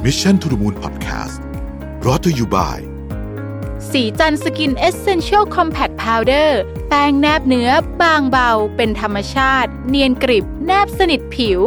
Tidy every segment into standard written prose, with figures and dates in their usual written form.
Mission to the Moon Podcast brought to you by สีจันทร์สกินเอเซนเชียลคอมแพคพาวเดอร์แป้งแนบเนื้อบางเบาเป็นธรรมชาติเนียนกริบแนบสนิทผิว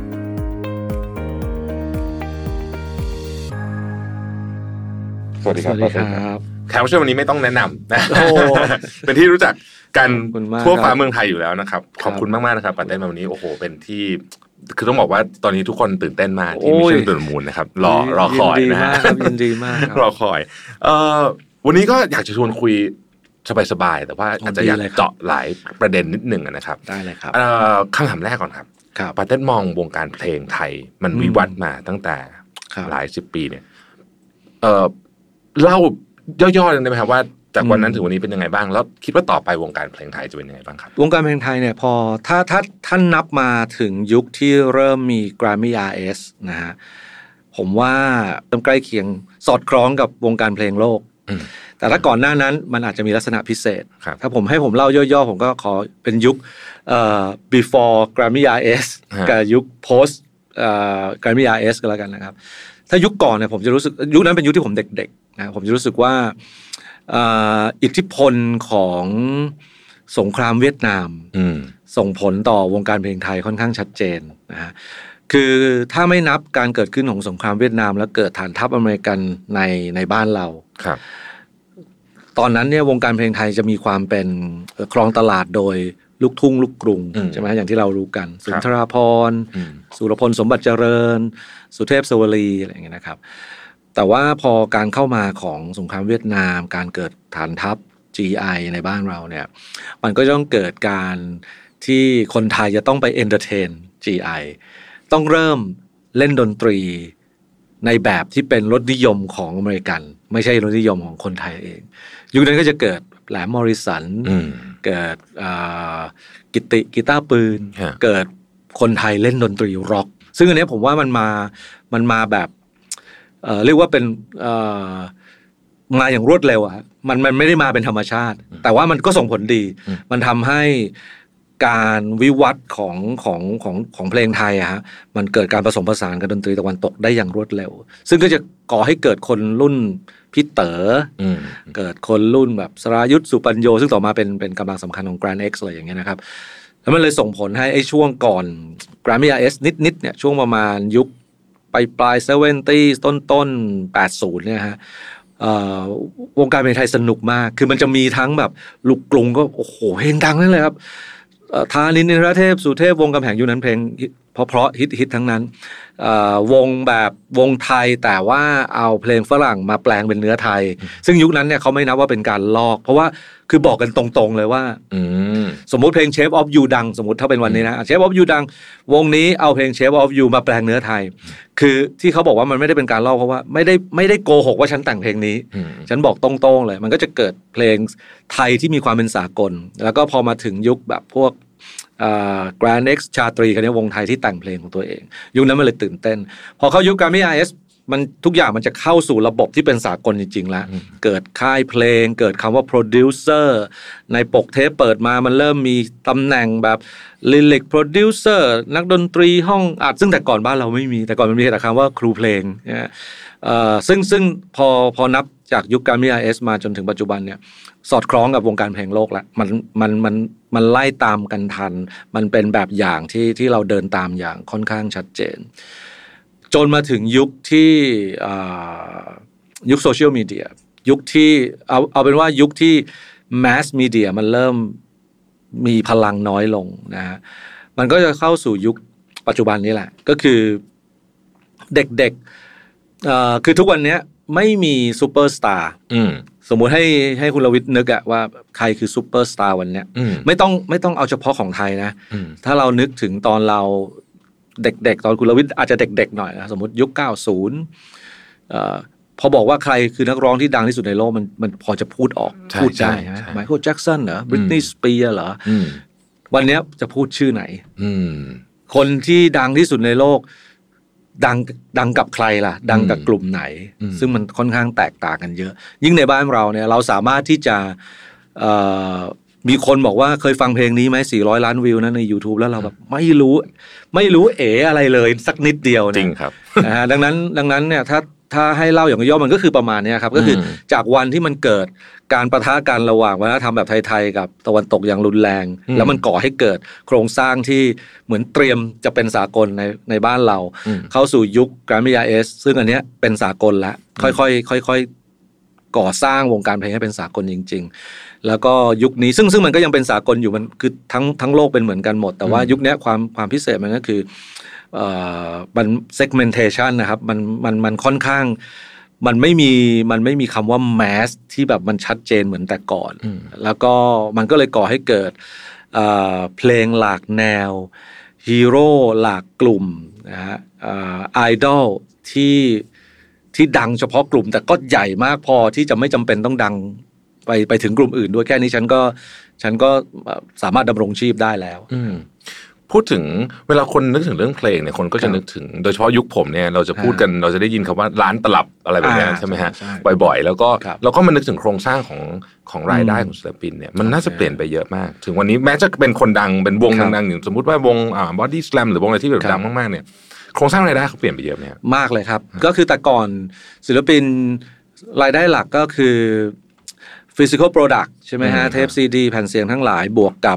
สวัสดีครับแขกรับเชิญวันนี้ไม่ต้องแนะนำนะ เป็นที่รู้จักกันทั่วฟ้าเมืองไทยอยู่แล้วนะครับขอบคุณมากๆนะครับปัดได้มาวันนี้โอ้โหเป็นที่คือต้องบอกว่าตอนนี้ทุกคนตื่นเต้นมากที่มิชชั่น to the Moon นะครับรอคอยนะฮะยินดีมากครับรอคอยวันนี้ก็อยากจะชวนคุยสบายๆแต่ว่าอาจจะอยากเจาะหลายประเด็นนิดหนึ่งนะครับได้เลยครับคำถามแรกก่อนครับปัดได้มองวงการเพลงไทยมันวิวัฒน์มาตั้งแต่หลายสิบปีเนี่ยเล่าย่อๆเลยได้ไหมครับว่าจากวันนั้นถึงวันนี้เป็นยังไงบ้างแล้วคิดว่าต่อไปวงการเพลงไทยจะเป็นยังไงบ้างครับวงการเพลงไทยเนี่ยพอถ้านับมาถึงยุคที่เริ่มมี Grammy RS นะฮะผมว่าเริ่มใกล้เคียงสอดคล้องกับวงการเพลงโลกแต่ถ้าก่อนหน้านั้นมันอาจจะมีลักษณะพิเศษถ้าผมเล่าย่อๆผมก็ขอเป็นยุคbefore Grammy RS กับยุค post Grammy RS ก็แล้วกันนะครับถ้ายุคก่อนเนี่ยผมจะรู้สึกยุคนั้นเป็นยุคที่ผมเด็กๆนะผมจะรู้สึกว่าอิทธิพลของสงครามเวียดนามส่งผลต่อวงการเพลงไทยค่อนข้างชัดเจนนะฮะคือถ้าไม่นับการเกิดขึ้นของสงครามเวียดนามแล้วเกิดฐานทัพอเมริกันในบ้านเราครับตอนนั้นเนี่ยวงการเพลงไทยจะมีความเป็นครองตลาดโดยลูกทุ่งลูกกรุงใช่ไหมอย่างที่เรารู้กันสุนทราภรณ์สุรพลสมบัติเจริญสุเทพสวรีอะไรอย่างเงี้ยนะครับแต่ว่าพอการเข้ามาของสงครามเวียดนามการเกิดฐานทัพ GI ในบ้านเราเนี่ยมันก็ต้องเกิดการที่คนไทยจะต้องไปเอนเตอร์เทน GI ต้องเริ่มเล่นดนตรีในแบบที่เป็นรสนิยมของอเมริกันไม่ใช่รสนิยมของคนไทยเองยุคนั้นก็จะเกิดแหลมมอริสันเกิดกิตติกีตาร์ปืนเกิดคนไทยเล่นดนตรีร็อกซึ่งอันนี้ผมว่ามันมาแบบเรียกว่าเป็นมาอย่างรวดเร็วอะมันไม่ได้มาเป็นธรรมชาติแต่ว่ามันก็ส่งผลดีมันทำให้การวิวัฒน์ของเพลงไทยอะฮะมันเกิดการผสมผสานกับดนตรีตะวันตกได้อย่างรวดเร็วซึ่งก็จะก่อให้เกิดคนรุ่นพี่เต๋อเกิดคนรุ่นแบบสรายุทธสุปัญโยซึ่งต่อมาเป็นกำลังสำคัญของ Grand X อะไรอย่างเงี้ยนะครับแล้วมันเลยส่งผลให้ไอ้ช่วงก่อน Grammy RS นิดเนี่ยช่วงประมาณยุคปลาย70ต้น80เนี่ยฮะวงการเพลงไทยสนุกมากคือมันจะมีทั้งแบบลูกกรุงก็โอ้โหเพลงดังนั่นเลยครับธานินทรเทพสุเทพวงกำแหงยุคนั้นเพลงเพราะฮิตทั้งนั้นวงแบบวงไทยแต่ว่าเอาเพลงฝรั่งมาแปลงเป็นเนื้อไทยซึ่งยุคนั้นเนี่ยเขาไม่นับว่าเป็นการลอกเพราะว่าคือบอกกันตรงๆเลยว่าสมมุติเพลง Shape of You ดังสมมุติถ้าเป็นวันนี้นะ Shape of You ดังวงนี้เอาเพลง Shape of You มาแปลงเนื้อไทยคือที่เขาบอกว่ามันไม่ได้เป็นการลอกเพราะว่าไม่ได้โกหกว่าฉันแต่งเพลงนี้ฉันบอกตรงๆเลยมันก็จะเกิดเพลงไทยที่มีความเป็นสากลแล้วก็พอมาถึงยุคแบบพวกGrand X ชาตรีคันนี้วงไทยที่แต่งเพลงของตัวเองยุคนั้นมันเลยตื่นเต้นพอเข้ายุค Grammy RS มันทุกอย่างมันจะเข้าสู่ระบบที่เป็นสากลจริงๆแล้วเกิดค่ายเพลงเกิดคำว่าโปรดิวเซอร์ในปกเทปเปิดมามันเริ่มมีตำแหน่งแบบลิลิกโปรดิวเซอร์นักดนตรีห้องอัดซึ่งแต่ก่อนบ้านเราไม่มีแต่ก่อนมันมีแต่คำว่าครูเพลงนะซึ่งพอนับจากยุค Grammy RS มาจนถึงปัจจุบันเนี่ยสอดคล้องกับวงการเพลงโลกแล้วมันไล่ตามกันทันมันเป็นแบบอย่างที่เราเดินตามอย่างค่อนข้างชัดเจนจนมาถึงยุคที่ยุคโซเชียลมีเดียยุคที่เอาเป็นว่ายุคที่แมสมีเดียมันเริ่มมีพลังน้อยลงนะฮะมันก็จะเข้าสู่ยุคปัจจุบันนี้แหละก็คือเด็กๆคือทุกวันนี้ไม่มีซูเปอร์สตาร์สมมุติให้คุณรวิทย์นึกอะว่าใครคือซูเปอร์สตาร์วันเนี้ยไม่ต้องเอาเฉพาะของไทยนะถ้าเรานึกถึงตอนเราเด็กๆตอนคุณรวิทย์อาจจะเด็กๆหน่อยนะสมมติยุค90พอบอกว่าใครคือนักร้องที่ดังที่สุดในโลกมันพอจะพูดออกพูดได้ใช่ไหมไมเคิลแจ็คสันเหรอบริตนีย์สเปียร์เหรอวันนี้จะพูดชื่อไหนคนที่ดังที่สุดในโลกดังกับใครล่ะดังกับกลุ่มไหนซึ่งมันค่อนข้างแตกต่างกันเยอะยิ่งในบ้านเราเนี่ยเราสามารถที่จะมีคนบอกว่าเคยฟังเพลงนี้ไหม400 ล้านวิวนะใน YouTube แล้วเราแบบไม่รู้อะไรเลยสักนิดเดียวจริงครับนะฮะดังนั้นเนี่ยถ้าให้เล่าอย่างย่อมันก็คือประมาณนี้ครับก็คือจากวันที่มันเกิดการปะทะกันระหว่างวัฒนธรรมแบบไทยๆกับตะวันตกอย่างรุนแรงแล้วมันก่อให้เกิดโครงสร้างที่เหมือนเตรียมจะเป็นสากลในบ้านเราเข้าสู่ยุค Grammy RS ซึ่งอันเนี้ยเป็นสากลแล้วค่อยก่อสร้างวงการเพลงให้เป็นสากลจริงๆแล้วก็ยุคนี้ซึ่งมันก็ยังเป็นสากลอยู่มันคือทั้งโลกเป็นเหมือนกันหมดแต่ว่ายุคนี้ความพิเศษมันก็คือมัน segmentation นะครับมันค่อนข้างมันไม่มีคำว่า mass ที่แบบมันชัดเจนเหมือนแต่ก่อนแล้วก็มันก็เลยก่อให้เกิดเพลงหลากแนวฮีโร่หลากกลุ่มนะฮะไอดอลที่ดังเฉพาะกลุ่มแต่ก็ใหญ่มากพอที่จะไม่จำเป็นต้องดังไปถึงกลุ่มอื่นด้วยแค่นี้ฉันก็สามารถดำรงชีพได้แล้วพูดถึงเวลาคนนึกถึงเรื่องเพลงเนี่ยคนก็จะนึกถึงโดยเฉพาะยุคผมเนี่ยเราจะพูดกันเราจะได้ยินคำว่าร้านตลับอะไรแบบนี้ใช่ไหมฮะบ่อยๆแล้วก็มานึกถึงโครงสร้างของรายได้ของศิลปินเนี่ยมันน่าจะเปลี่ยนไปเยอะมากถึงวันนี้แม้จะเป็นคนดังเป็นวงดังๆอย่างสมมติว่าวงBody Slam หรือวงอะไรที่แบบดังมากๆเนี่ยโครงสร้างรายได้เขาเปลี่ยนไปเยอะไหมมากเลยครับก็คือแต่ก่อนศิลปินรายได้หลักก็คือ physical product ใช่ไหมฮะเทปซีดีแผ่นเสียงทั้งหลายบวกกับ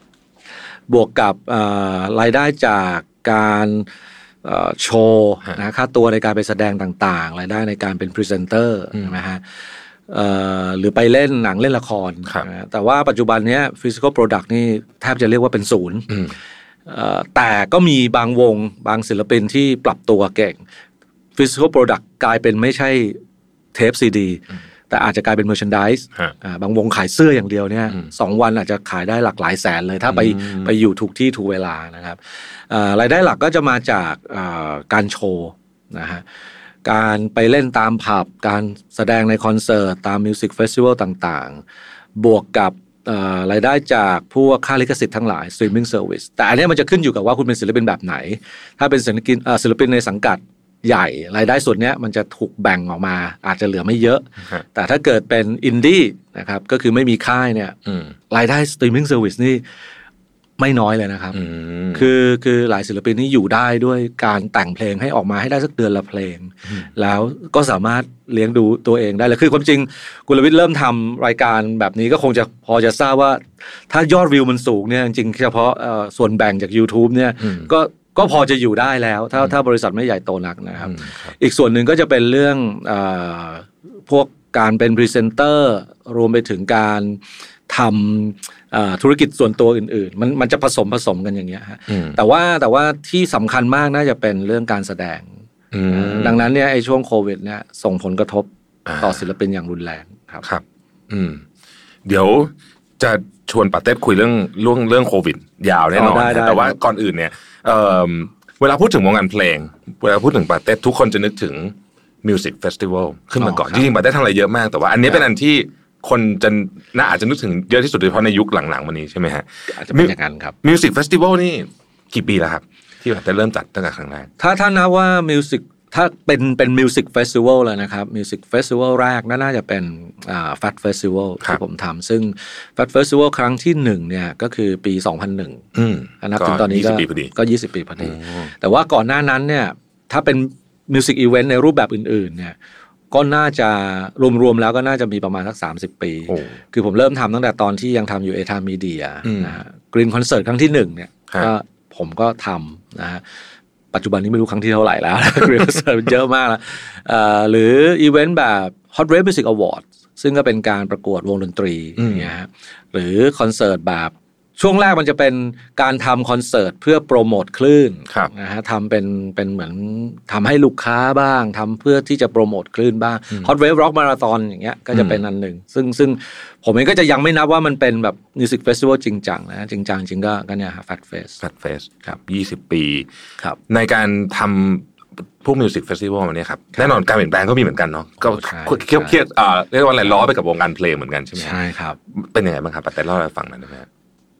รายได้จากการโชว์นะค่าตัวในการไปแสดงต่างๆรายได้ในการเป็นพรีเซนเตอร์ใช่ไหมฮะหรือไปเล่นหนังเล่นละครแต่ว่าปัจจุบันนี้ physical product นี่แทบจะเรียกว่าเป็นศูนย์แต่ก็มีบางวงบางศิลปินที่ปรับตัวเก่ง physical product กลายเป็นไม่ใช่เทปซีดีแต่อาจจะกลายเป็น merchandise บางวงขายเสื้ออย่างเดียวเนี่ย2 วันอาจจะขายได้หลายแสนเลยถ้าไปอยู่ถูกที่ถูกเวลานะครับรายได้หลักก็จะมาจากการโชว์นะฮะการไปเล่นตามผับการแสดงในคอนเสิร์ตตามมิวสิกเฟสติวัลต่างๆบวกกับรายได้จากพวกค่าลิขสิทธิ์ทั้งหลาย streaming service แต่อันนี้มันจะขึ้นอยู่กับว่าคุณเป็นศิลปินแบบไหนถ้าเป็นศิลปินในสังกัดใหญ่รายได้ส่วนนี้มันจะถูกแบ่งออกมาอาจจะเหลือไม่เยอะแต่ถ้าเกิดเป็นอินดี้นะครับก็คือไม่มีค่ายเนี่ยรายได้ streaming service นี่ไม่น้อยเลยนะครับคือหลายศิลปินนี่อยู่ได้ด้วยการแต่งเพลงให้ออกมาให้ได้สักเดือนละเพลงแล้วก็สามารถเลี้ยงดูตัวเองได้เลยคือความจริงกุลวิทย์เริ่มทำรายการแบบนี้ก็คงจะพอจะทราบว่าถ้ายอดวิวมันสูงเนี่ยจริงๆเฉพาะส่วนแบ่งจาก YouTube เนี่ยก็พอจะอยู่ได้แล้วถ้าบริษัทไม่ใหญ่โตนักนะครับอีกส่วนหนึ่งก็จะเป็นเรื่องพวกการเป็นพรีเซนเตอร์รวมไปถึงการทำธุรกิจส่วนตัวอื่นๆมันจะผสมกันอย่างเงี้ยฮะแต่ว่าที่สำคัญมากน่าจะเป็นเรื่องการแสดงดังนั้นเนี่ยไอ้ช่วงโควิดเนี่ยส่งผลกระทบต่อศิลปินอย่างรุนแรงครับเดี๋ยวจะชวนปาเต้คุยเรื่องโควิดยาวแน่นอนแต่ว่าก่อนอื่นเนี่ยเวลาพูดถึงวงการเพลงเวลาพูดถึงปาเต้ทุกคนจะนึกถึงมิวสิกเฟสติวัลขึ้นมาก่อนจริงๆปาเต้ทำอะไรเยอะมากแต่ว่าอันนี้เป็นอันที่คนจะอาจจะนึกถึงเยอะที่สุดโดยเฉพาะในยุคหลังๆวันนี้ใช่ไหมฮะอาจจะเป็นอย่างนั้นครับมิวสิกเฟสติวัลนี่กี่ปีแล้วครับที่ปาเต้เริ่มจัดตั้งแต่ครั้งแรกถ้านับว่ามิวสิกถ้าเป็นมิวสิกเฟสติวัลเลยนะครับมิวสิกเฟสติวัลแรกน่าจะเป็นแฟตเฟสติวัลที่ผมทำซึ่งแฟตเฟสติวัลครั้งที่1เนี่ยก็คือปี2001นับถึงตอนนี้ก็20 ปีพอดีแต่ว่าก่อนหน้านั้นเนี่ยถ้าเป็นมิวสิกอีเวนต์ในรูปแบบอื่นๆเนี่ยก็น่าจะรวมๆแล้วก็น่าจะมีประมาณสัก30 ปีคือผมเริ่มทำตั้งแต่ตอนที่ยังทำอยู่เอทามีเดียนะฮะกรีนคอนเสิร์ตครั้งที่1เนี่ยก็ผมก็ทำนะฮะปัจจุบันนี้ไม่รู้ครั้งที่เท่าไหร่แล้วกรีนคอนเสิร์ตเยอะมากแล้วหรืออีเวนต์แบบ Hot Rap Music Awards ซึ่งก็เป็นการประกวดวงดนตรีเนี่ยฮะหรือคอนเสิร์ตแบบช่วงแรกมันจะเป็นการทำคอนเสิร์ตเพื่อโปรโมทคลื่นนะฮะทำเป็นเหมือนทำให้ลูกค้าบ้างทำเพื่อที่จะโปรโมทคลื่นบ้าง Hot Wave Rock Marathon อย่างเงี้ยก็จะเป็นอันหนึ่งซึ่งผมเองก็จะยังไม่นับว่ามันเป็นแบบมิวสิกเฟสติวัลจริงจังนะจริงจังจริงก็เนี่ยฮะ Fat Fest ครับ20 ปีในการทำพวกมิวสิกเฟสติวัลมันเนี่ยครับแน่นอนการเปลี่ยนแปลงก็มีเหมือนกันเนาะก็เครียดเรียกว่าอะไรล้อไปกับวงการเพลงเหมือนกันใช่ไหมใช่ครับเป็นยังไงบ้างครับแต่เล่าให้ฟังหน่อยได้ไหม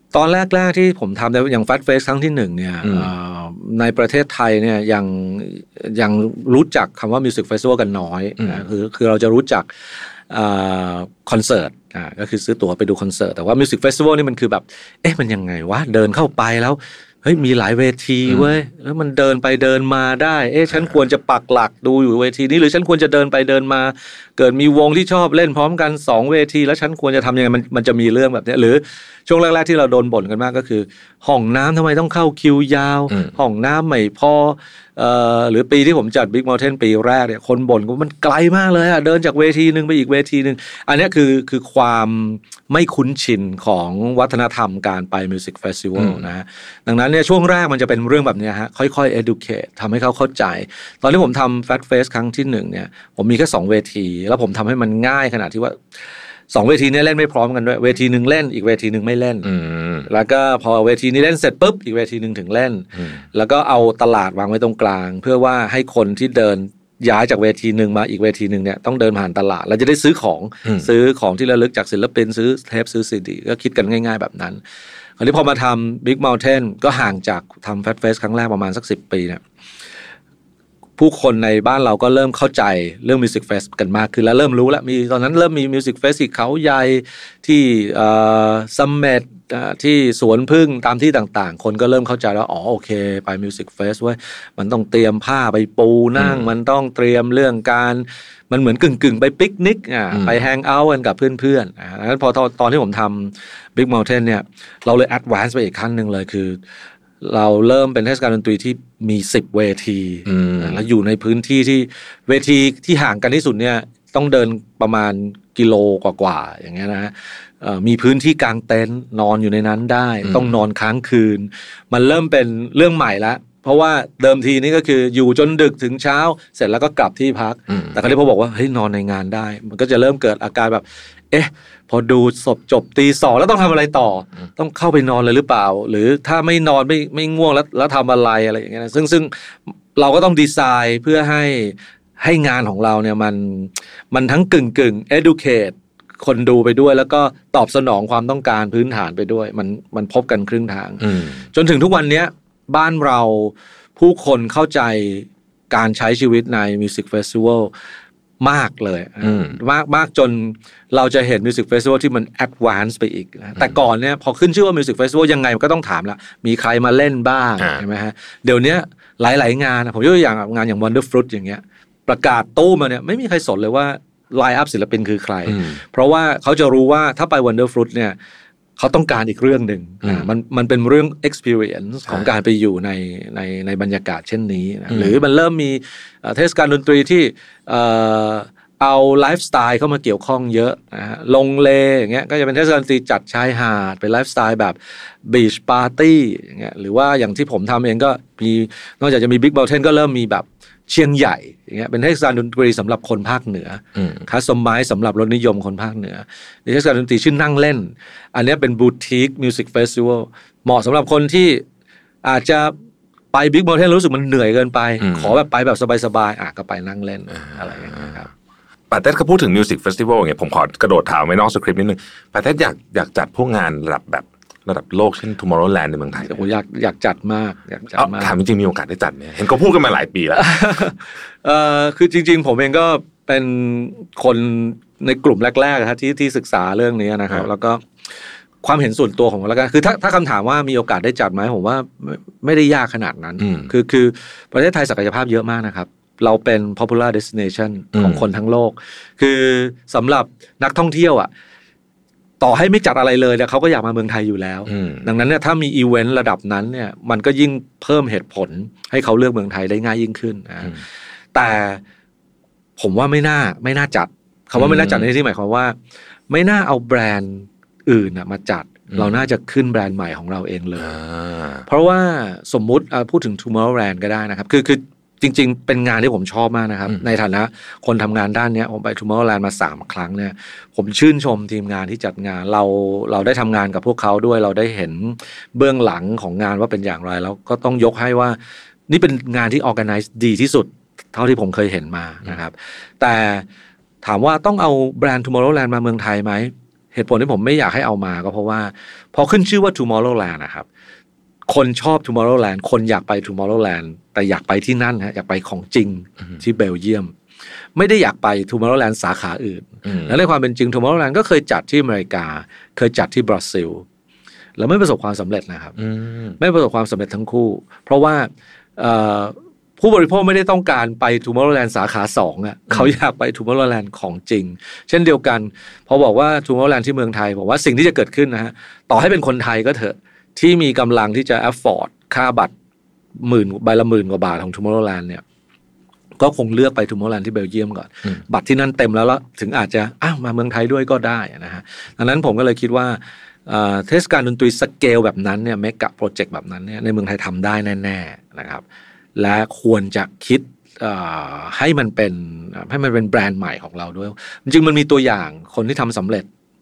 ตอนแรกๆที่ผมทำอย่าง Fat Face ครั้งที่1เนี่ยในประเทศไทยเนี่ยยังรู้จักคำว่า Music Festival กันน้อยนะคือเราจะรู้จักคอนเสิร์ตก็คือซื้อตั๋วไปดูคอนเสิร์ตแต่ว่า Music Festival นี่มันคือแบบมันยังไงวะเดินเข้าไปแล้วเฮ้ยมีหลายเวทีเว้ยแล้วมันเดินไปเดินมาได้ฉันควรจะปักหลักดูอยู่เวทีนี้หรือฉันควรจะเดินไปเดินมาเกิดมีวงที่ชอบเล่นพร้อมกัน2เวทีแล้วฉันควรจะทำยังไงมันจะมีเรื่องแบบนี้หรือช่วงแรกๆที่เราโดนบ่นกันมากก็คือห้องน้ำทำไมต้องเข้าคิวยาวห้องน้ำไม่พอหรือปีที่ผมจัด Big Mountain ปีแรกเนี่ยคนบ่นว่ามันไกลมากเลยเดินจากเวทีนึงไปอีกเวทีนึงอันนี้คือความไม่คุ้นชินของวัฒนธรรมการไป Music Festival นะดังนั้นเนี่ยช่วงแรกมันจะเป็นเรื่องแบบนี้ฮะค่อยๆ educate ทำให้เขาเข้าใจตอนที่ผมทำ Fat Face ครั้งที่1เนี่ยผมมีแค่2เวทีแล้วผมทำให้มันง่ายขนาดที่ว่า2เวทีนี้เล่นไม่พร้อมกันด้วยเวทีนึงเล่นอีกเวทีนึงไม่เล่นแล้วก็พอเวทีนี้เล่นเสร็จปุ๊บอีกเวทีนึงถึงเล่นแล้วก็เอาตลาดวางไว้ตรงกลางเพื่อว่าให้คนที่เดินย้ายจากเวทีนึงมาอีกเวทีนึงเนี่ยต้องเดินผ่านตลาดแล้วจะได้ซื้อของที่ระลึกจากศิลปินซื้อเทปซื้อซีดีก็คิดกันง่ายๆแบบนั้นคราวนี้พอมาทำ Big Mountain ก็ห่างจากทำ Fat Face ครั้งแรกประมาณสัก10 ปีเนี่ยผู้คนในบ้านเราก็เริ่มเข้าใจเรื่อง Music Fest กันมากขึ้นแล้วเริ่มรู้แล้วตอนนั้นเริ่มมี Music Fest ที่เขาใหญ่ที่ซัมเมตที่สวนพึ่งตามที่ต่างๆคนก็เริ่มเข้าใจแล้วโอเคไป Music Fest เว้ยมันต้องเตรียมผ้าไปปูนั่งมันต้องเตรียมเรื่องการมันเหมือนกึ่งไปปิกนิกไปแฮงเอาท์กันกับเพื่อนๆดังนั้นพอตอนที่ผมทำ Big Mountain เนี่ยเราเลย advance ไปอีกขั้นนึงเลยคือเราเริ่มเป็นเทศกาลดนตรีที่มี10เวทีแล้วอยู่ในพื้นที่ที่เวทีที่ห่างกันที่สุดเนี่ยต้องเดินประมาณกิโลกว่าๆอย่างเงี้ยนะมีพื้นที่กางเต็นท์นอนอยู่ในนั้นได้ต้องนอนค้างคืนมันเริ่มเป็นเรื่องใหม่ละเพราะว่าเดิมทีนี้ก็คืออยู่จนดึกถึงเช้าเสร็จแล้วก็กลับที่พักแต่คราวนี้พอบอกว่าเฮ้ยนอนในงานได้มันก็จะเริ่มเกิดอาการแบบพอดูศพจบตี 2แล้วต้องทำอะไรต่อต้องเข้าไปนอนเลยหรือเปล่าหรือถ้าไม่นอนไม่ง่วงแล้วทำอะไรอย่างเงี้ยนะซึ่งเราก็ต้องดีไซน์เพื่อให้งานของเราเนี่ยมันทั้งกึ่ง educate คนดูไปด้วยแล้วก็ตอบสนองความต้องการพื้นฐานไปด้วยมันพบกันครึ่งทางจนถึงทุกวันนี้บ้านเราผู้คนเข้าใจการใช้ชีวิตใน Music Festivalมากเลยมากจนเราจะเห็น Music Festival ที่มัน advance ไปอีกนะแต่ก่อนเนี่ยพอขึ้นชื่อว่า Music Festival ยังไงมันก็ต้องถามละมีใครมาเล่นบ้างใช่ไหมฮะเดี๋ยวนี้หลายๆงานผมยกตัวอย่างงานอย่าง Wonder Fruit อย่างเงี้ยประกาศตู้มาเนี่ยไม่มีใครสนเลยว่าไลน์อัพศิลปินคือใครเพราะว่าเขาจะรู้ว่าถ้าไป Wonder Fruit เนี่ยเขาต้องการอีกเรื่องหนึ่งมันเป็นเรื่อง experience ของการไปอยู่ในบรรยากาศเช่นนี้นะหรือมันเริ่มมีเทศกาลดนตรีที่เอาไลฟ์สไตล์เข้ามาเกี่ยวข้องเยอะนะฮะลงเลอย่างเงี้ยก็จะเป็นเทศกาลดนตรีจัดชายหาดเป็นไลฟ์สไตล์แบบบีชปาร์ตี้อย่างเงี้ยหรือว่าอย่างที่ผมทำเองก็มีนอกจากจะมี Big Mountain ก็เริ่มมีแบบเชียงใหญ่อย่างเงี้ยเป็นเทศกาลดนตรีสำหรับคนภาคเหนือคัสตอมไมซ์สำหรับรสนิยมคนภาคเหนือเทศกาลดนตรีชื่อนั่งเล่นอันนี้เป็นบูติกมิวสิกเฟสติวัลเหมาะสำหรับคนที่อาจจะไป Big Mountain รู้สึกมันเหนื่อยเกินไปขอแบบไปแบบสบายๆก็ไปนั่งเล่นอะไรอย่างเงี้ยครับปาเต้ก็พูดถึงมิวสิกเฟสติวัลอย่างเงี้ยผมขอกระโดดถามไว้นอกสคริปต์นิดนึงปาเต้อยากจัดพวกงานระดับโลกเช่น Tomorrowland ในเมืองไทยผมอยากจัดมากถามจริงๆมีโอกาสได้จัดไหมเห็นเขาพูดกันมาหลายปีแล้วคือจริงๆผมเองก็เป็นคนในกลุ่มแรกๆที่ศึกษาเรื่องนี้นะครับแล้วก็ความเห็นส่วนตัวของเราแล้วกันคือถ้าคำถามว่ามีโอกาสได้จัดไหมผมว่าไม่ได้ยากขนาดนั้นคือประเทศไทยศักยภาพเยอะมากนะครับเราเป็น popular destination ของคนทั้งโลกคือสำหรับนักท่องเที่ยวต่อให้ไม่จัดอะไรเลยเนี่ยเขาก็อยากมาเมืองไทยอยู่แล้วดังนั้นเนี่ยถ้ามีอีเวนต์ระดับนั้นเนี่ยมันก็ยิ่งเพิ่มเหตุผลให้เขาเลือกเมืองไทยได้ง่ายยิ่งขึ้นนะแต่ผมว่าไม่น่าจัดคำว่าไม่น่าจัดในที่หมายความว่าไม่น่าเอาแบรนด์อื่นมาจัดเราน่าจะขึ้นแบรนด์ใหม่ของเราเองเลยเพราะว่าสมมุติพูดถึง Tomorrowland ก็ได้นะครับคือจริงๆเป็นงานที่ผมชอบมากนะครับในฐานะคนทำงานด้านนี้ผมไป Tomorrowland มา3 ครั้งเนี่ยผมชื่นชมทีมงานที่จัดงานเราได้ทำงานกับพวกเขาด้วยเราได้เห็นเบื้องหลังของงานว่าเป็นอย่างไรแล้วก็ต้องยกให้ว่านี่เป็นงานที่ organize ดีที่สุดเท่าที่ผมเคยเห็นมานะครับแต่ถามว่าต้องเอาแบรนด์ Tomorrowland มาเมืองไทยไหมเหตุผลที่ผมไม่อยากให้เอามาก็เพราะว่าพอขึ้นชื่อว่า Tomorrowland นะครับคนชอบ Tomorrowland คนอยากไป Tomorrowland แต่อยากไปที่นั่นฮะอยากไปของจริงที่เบลเยียมไม่ได้อยากไป Tomorrowland สาขาอื่นและในความเป็นจริง Tomorrowland ก็เคยจัดที่อเมริกาเคยจัดที่บราซิลแล้วไม่ประสบความสำเร็จนะครับไม่ประสบความสำเร็จทั้งคู่เพราะว่าผู้บริโภคไม่ได้ต้องการไป Tomorrowland สาขา2อ่ะเขาอยากไป Tomorrowland ของจริงเช่นเดียวกันพอบอกว่า Tomorrowland ที่เมืองไทยบอกว่าสิ่งที่จะเกิดขึ้นนะฮะต่อให้เป็นคนไทยก็เถอะที่มีกำลังที่จะ afford ค่าบัตรใบละ10,000 กว่าบาทของ Tomorrowland เนี่ยก็คงเลือกไป Tomorrowland ที่เบลเยียมก่อนบัตรที่นั่นเต็มแล้วถึงอาจจะมาเมืองไทยด้วยก็ได้นะฮะดังนั้นผมก็เลยคิดว่าเทศกาลดนตรีสเกลแบบนั้นเนี่ยเมกะโปรเจกต์แบบนั้นเนี่ยในเมืองไทยทำได้แน่ๆนะครับและควรจะคิดให้มันเป็นแบรนด์ใหม่ของเราด้วยจริงๆมันมีตัวอย่างคนที่ทำสำเร็จ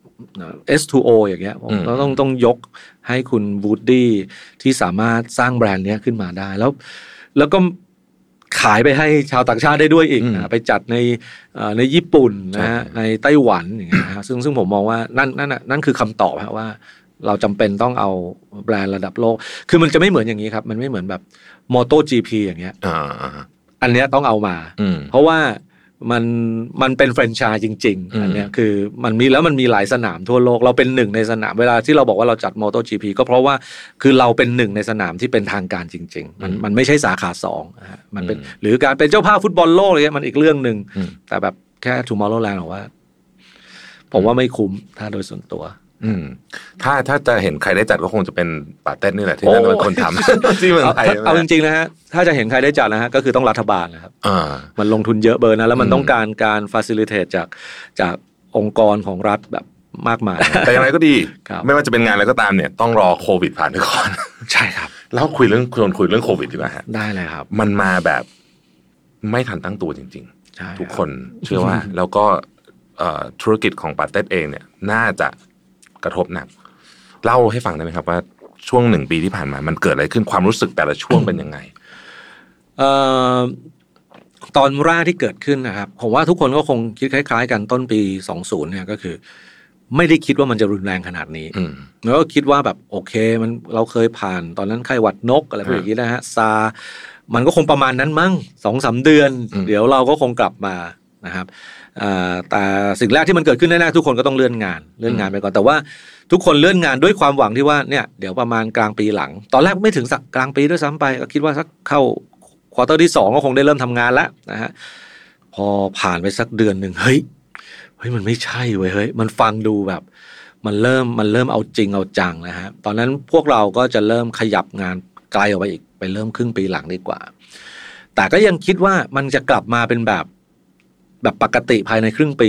S2O อย่างเงี้ยเราต้องยกให้คุณวูดดี้ที่สามารถสร้างแบรนด์นี้ขึ้นมาได้แล้วก็ขายไปให้ชาวต่างชาติได้ด้วยอีกนะไปจัดในญี่ปุ่นนะฮะในไต้หวันอย่างเงี้ยนะซึ่งผมมองว่านั่นคือคำตอบฮะว่าเราจำเป็นต้องเอาแบรนด์ระดับโลกคือมันจะไม่เหมือนอย่างนี้ครับมันไม่เหมือนแบบ MotoGP อย่างเงี้ยอันเนี้ยต้องเอามาเพราะว่ามันเป็นแฟรนไชส์จริงๆอันเนี้ยคือมันมีหลายสนามทั่วโลกเราเป็นหนึ่งในสนามเวลาที่เราบอกว่าเราจัด MotoGP ก็เพราะว่าคือเราเป็นหนึ่งในสนามที่เป็นทางการจริงๆมันไม่ใช่สาขา2นะฮะมันเป็นหรือการเป็นเจ้าภาพฟุตบอลโลกอะไรเงี้ยมันอีกเรื่องนึงแต่แบบแค่ Tomorrowland บอกว่าผมว่าไม่คุ้มถ้าโดยส่วนตัวถ้าจะเห็นใครได้จัดก็คงจะเป็นป่าเต้นนี่แหละที่นั่นเป็นคนทำที่เมืองไทยเอาจริงๆนะฮะถ้าจะเห็นใครได้จัดนะฮะก็คือต้องรัฐบาลนะครับมันลงทุนเยอะเบอร์นะแล้วมันต้องการ facilitate จากองค์กรของรัฐแบบมากมายแต่อย่างไรก็ดีไม่ว่าจะเป็นงานอะไรก็ตามเนี่ยต้องรอโควิดผ่านไปก่อนใช่ครับแล้วคุยเรื่องโควิดดีกว่าฮะได้เลยครับมันมาแบบไม่ทันตั้งตัวจริงๆทุกคนเชื่อว่าแล้วก็ธุรกิจของป่าเต้นเองเนี่ยน่าจะกระทบหนักเล่าให้ฟังได้ไหมครับว่าช่วง1 ปีที่ผ่านมามันเกิดอะไรขึ้นความรู้สึกแต่ละช่วงเป็นยังไงตอนแรกที่เกิดขึ้นนะครับผมว่าทุกคนก็คงคิดคล้ายๆกันต้นปี20เนี่ยก็คือไม่ได้คิดว่ามันจะรุนแรงขนาดนี้แล้วก็คิดว่าแบบโอเคเราเคยผ่านตอนนั้นไข้หวัดนกอะไรพวกอย่างนี้นะฮะซามันก็คงประมาณนั้นมั้ง 2-3 เดือนเดี๋ยวเราก็คงกลับมานะครับแต่สิ่งแรกที่มันเกิดขึ้นแน่ๆทุกคนก็ต้องเลื่อนงานไปก่อนแต่ว่าทุกคนเลื่อนงานด้วยความหวังที่ว่าเนี่ยเดี๋ยวประมาณกลางปีหลังตอนแรกไม่ถึงสักกลางปีด้วยซ้ำไปก็คิดว่าสักเข้าควอเตอร์ที่2ก็คงได้เริ่มทำงานแล้วนะฮะพอผ่านไปสักเดือนนึงเฮ้ยมันไม่ใช่เว้ยเฮ้ยมันฟังดูแบบมันเริ่มเอาจริงเอาจังนะฮะตอนนั้นพวกเราก็จะเริ่มขยับงานไกลออกไปอีกไปเริ่มครึ่งปีหลังดีกว่าแต่ก็ยังคิดว่ามันจะกลับมาเป็นแบบปกติภายในครึ่งปี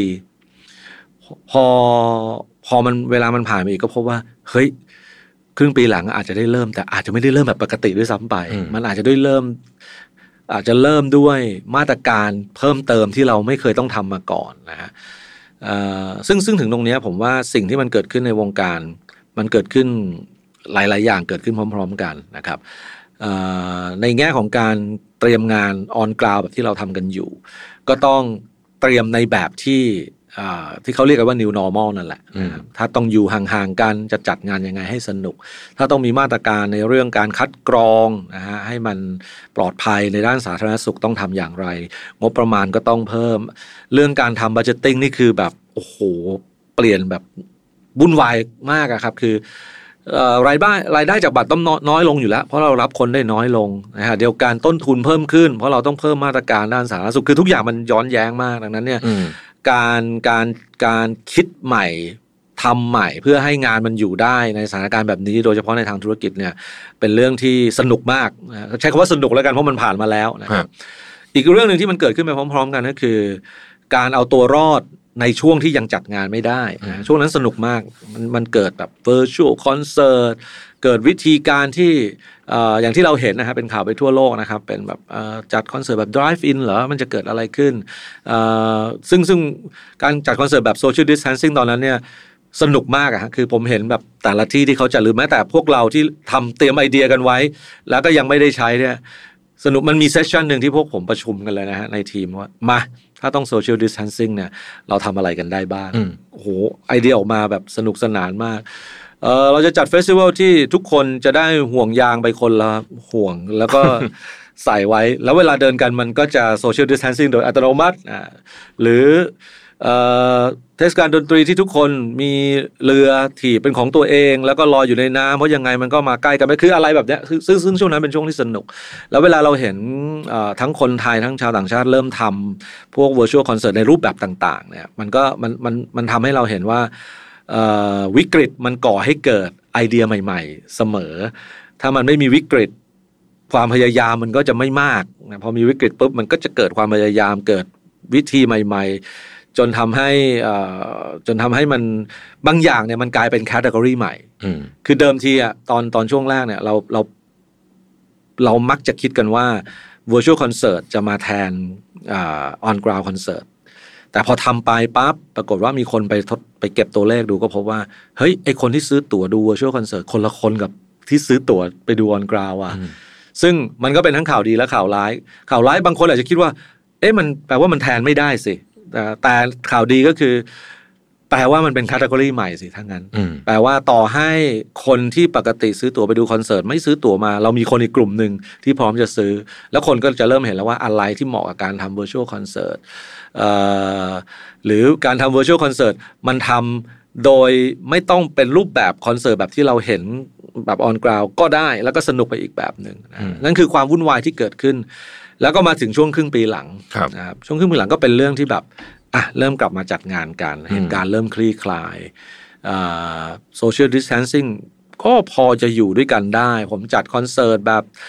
พอมันเวลามันผ่านไปอีกก็พบว่าเฮ้ยครึ่งปีหลังอาจจะได้เริ่มแต่อาจจะไม่ได้เริ่มแบบปกติด้วยซ้ำไปมันอาจจะเริ่มด้วยมาตรการเพิ่มเติมที่เราไม่เคยต้องทำมาก่อนนะฮะซึ่งถึงตรงนี้ผมว่าสิ่งที่มันเกิดขึ้นในวงการมันเกิดขึ้นหลายๆอย่างเกิดขึ้นพร้อมๆกันนะครับในแง่ของการเตรียมงานออนกราวด์แบบที่เราทำกันอยู่ก็ต้องเตรียมในแบบที่เขาเรียกกันว่า new normal นั่นแหละถ้าต้องอยู่ห่างๆกันจะจัดงานยังไงให้สนุกถ้าต้องมีมาตรการในเรื่องการคัดกรองนะฮะให้มันปลอดภัยในด้านสาธารณสุขต้องทำอย่างไรงบประมาณก็ต้องเพิ่มเรื่องการทำ budgeting นี่คือแบบโอ้โหเปลี่ยนแบบวุ่นวายมากอะครับคือรายได้จากบัตรต้องน้อยลงอยู่แล้วเพราะเรารับคนได้น้อยลงนะฮะเดียวกันต้นทุนเพิ่มขึ้นเพราะเราต้องเพิ่มมาตรการด้านสาธารณสุขคือทุกอย่างมันย้อนแย้งมากดังนั้นเนี่ยการคิดใหม่ทำใหม่เพื่อให้งานมันอยู่ได้ในสถานการณ์แบบนี้โดยเฉพาะในทางธุรกิจเนี่ยเป็นเรื่องที่สนุกมากใช้คำว่าสนุกแล้วกันเพราะมันผ่านมาแล้วนะครับอีกเรื่องนึงที่มันเกิดขึ้นไปพร้อมๆกันก็คือการเอาตัวรอดในช่วงที่ยังจัดงานไม่ได้นะช่วงนั้นสนุกมากมันเกิดแบบ virtual concert เกิดวิธีการที่อย่างที่เราเห็นนะครับเป็นข่าวไปทั่วโลกนะครับเป็นแบบจัดคอนเสิร์ตแบบ drive in เหรอมันจะเกิดอะไรขึ้นซึ่งการจัดคอนเสิร์ตแบบ social distancing ตอนนั้นเนี่ยสนุกมากอะฮะคือผมเห็นแบบแต่ละที่ที่เขาจัดหรือแม้แต่พวกเราที่ทำเตรียมไอเดียกันไว้แล้วก็ยังไม่ได้ใช้เนี่ยสนุกมันมีเซสชั่นหนึ่งที่พวกผมประชุมกันเลยนะฮะในทีมว่ามาถ้าต้อง social distancing เนี่ยเราทำอะไรกันได้บ้างโอ้โหไอเดียออกมาแบบสนุกสนานมากเราจะจัดเฟสติวัลที่ทุกคนจะได้ห่วงยางไปคนละห่วงแล้วก็ ใส่ไว้แล้วเวลาเดินกันมันก็จะ social distancing โดยอัตโนมัติหรือเทศกาลดนตรีที่ทุกคนมีเรือถีบเป็นของตัวเองแล้วก็ลอยอยู่ในน้ำเพราะยังไงมันก็มาใกล้กันไม่คืออะไรแบบเนี้ยซึ่งช่วงนั้นเป็นช่วงที่สนุกแล้วเวลาเราเห็นทั้งคนไทยทั้งชาวต่างชาติเริ่มทำพวก virtual concert ในรูปแบบต่างๆเนี่ยมันทำให้เราเห็นว่าวิกฤตมันก่อให้เกิดไอเดียใหม่ๆเสมอถ้ามันไม่มีวิกฤตความพยายามมันก็จะไม่มากนะพอมีวิกฤตปุ๊บมันก็จะเกิดความพยายามเกิดวิธีใหม่ๆจนทำให้มันบางอย่างเนี่ยมันกลายเป็นแคตตากรีใหม่คือเดิมทีอ่ะตอนช่วงแรกเนี่ยเรามักจะคิดกันว่า virtual concert จะมาแทนon ground concert แต่พอทำไปปั๊บปรากฏว่ามีคนไปเก็บตัวเลขดูก็พบว่าเฮ้ยไอคนที่ซื้อตั๋วดู virtual concert คนละคนกับที่ซื้อตั๋วไปดู on ground อ่ะซึ่งมันก็เป็นทั้งข่าวดีและข่าวร้ายบางคนอาจจะคิดว่าเอ๊ะมันแปลว่ามันแทนไม่ได้สิแต่ข่าวดีก็คือแปลว่ามันเป็นแคตตากรีใหม่สิถ้างั้นแปลว่าต่อให้คนที่ปกติซื้อตั๋วไปดูคอนเสิร์ตไม่ซื้อตั๋วมาเรามีคนอีกกลุ่มหนึ่งที่พร้อมจะซื้อแล้วคนก็จะเริ่มเห็นแล้วว่าอะไรที่เหมาะกับการทำ virtual concert หรือการทำ virtual concert มันทำโดยไม่ต้องเป็นรูปแบบคอนเสิร์ตแบบที่เราเห็นแบบ on ground ก็ได้แล้วก็สนุกไปอีกแบบหนึ่งนั่นคือความวุ่นวายที่เกิดขึ้นแล้วก็มาถึงช่วงครึ่งปีหลังนะครับช่วงครึ่งปีหลังก็เป็นเรื่องที่แบบเริ่มกลับมาจัดงานกันเหตุการณ์เริ่มคลี่คลายsocial distancing ก็พอจะอยู่ด้วยกันได้ผมจัดคอนเสิร์ต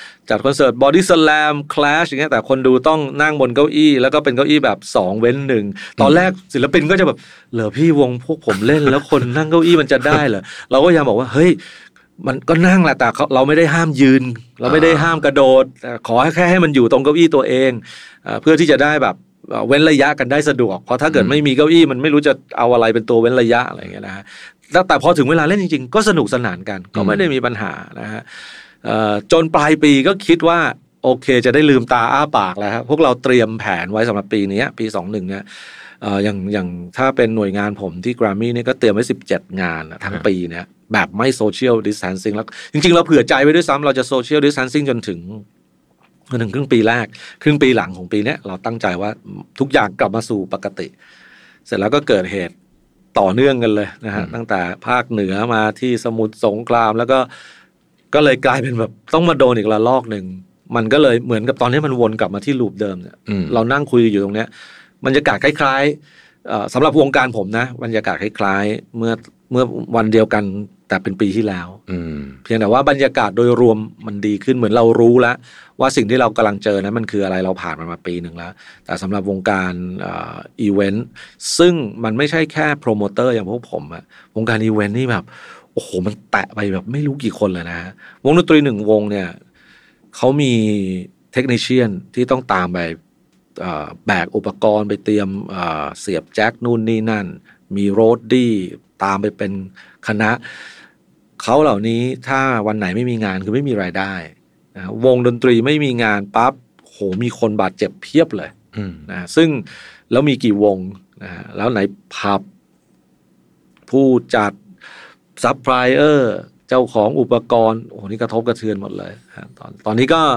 body slam clash อย่างเงี้ยแต่คนดูต้องนั่งบนเก้าอี้แล้วก็เป็นเก้าอี้แบบ2เว้น1ตอนแรกศิลปินก็จะแบบเหรอพี่วงพวกผมเล่นแล้วคนนั่งเก้าอี้มันจะได้เหรอเราก็ยังบอกว่าเฮ้ยมันก็นั่งแหละแต่เราไม่ได้ห้ามยืนเราไม่ได้ห้ามกระโดดขอแค่ให้มันอยู่ตรงเก้าอี้ตัวเองเพื่อที่จะได้แบบเว้นระยะกันได้สะดวกเพราะถ้าเกิดไม่มีเก้าอี้มันไม่รู้จะเอาอะไรเป็นตัวเว้นระยะอะไรอย่างเงี้ยนะฮะแต่พอถึงเวลาเล่นจริงๆก็สนุกสนานกันก็ไม่ได้มีปัญหานะฮะจนปลายปีก็คิดว่าโอเคจะได้ลืมตาอ้าปากแล้วครับพวกเราเตรียมแผนไว้สำหรับปีนี้ปี21เนี่ยอย่างถ้าเป็นหน่วยงานผมที่ Grammy เนี่ยก็เตรียมไว้17งานทั้งปีเนี่ยแบบไม่ social distancing แล้วจริงๆเราเผื่อใจไว้ด้วยซ้ำเราจะ social distancing จนถึงครึ่งปีแรกครึ่งปีหลังของปีนี้เราตั้งใจว่าทุกอย่างกลับมาสู่ปกติเสร็จแล้วก็เกิดเหตุต่อเนื่องกันเลยนะฮะตั้งแต่ภาคเหนือมาที่สมุทรสงครามแล้วก็เลยกลายเป็นแบบต้องมาโดนอีกระลอกหนึ่งมันก็เลยเหมือนกับตอนนี้มันวนกลับมาที่ลูปเดิมเนี่ยเรานั่งคุยอยู่ตรงเนี้ยบรรยากาศคล้ายๆสำหรับวงการผมนะบรรยากาศคล้ายๆเมื่อวันเดียวกันแต่เป็นปีที่แล้วเพียงแต่ว่าบรรยากาศโดยรวมมันดีขึ้นเหมือนเรารู้แล้วว่าสิ่งที่เรากำลังเจอนั้นมันคืออะไรเราผ่านมันมาปีหนึ่งแล้วแต่สำหรับวงการอีเวนต์ซึ่งมันไม่ใช่แค่โปรโมเตอร์อย่างพวกผมอะวงการอีเวนต์นี่แบบโอ้โหมันแตะไปแบบไม่รู้กี่คนเลยนะวงดนตรี1วงเนี่ยเขามีเทคนิเชียนที่ต้องตามไปแบกอุปกรณ์ไปเตรียมเสียบแจ็คนู่นนี่นั่นมีโรดดี้ตามไปเป็นคณะเขาเหล่านี้ถ้าวันไหนไม่มีงานคือไม่มีรายได้นะวงดนตรีไม่มีงานปั๊บโหมีคนบาดเจ็บเพียบเลยนะซึ่งแล้วมีกี่วงนะแล้วไหนผับผู้จัดซัพพลายเออร์เจ้าของอุปกรณ์โอ้โหนี่กระทบกระเทือนหมดเลยตอนนี้ก็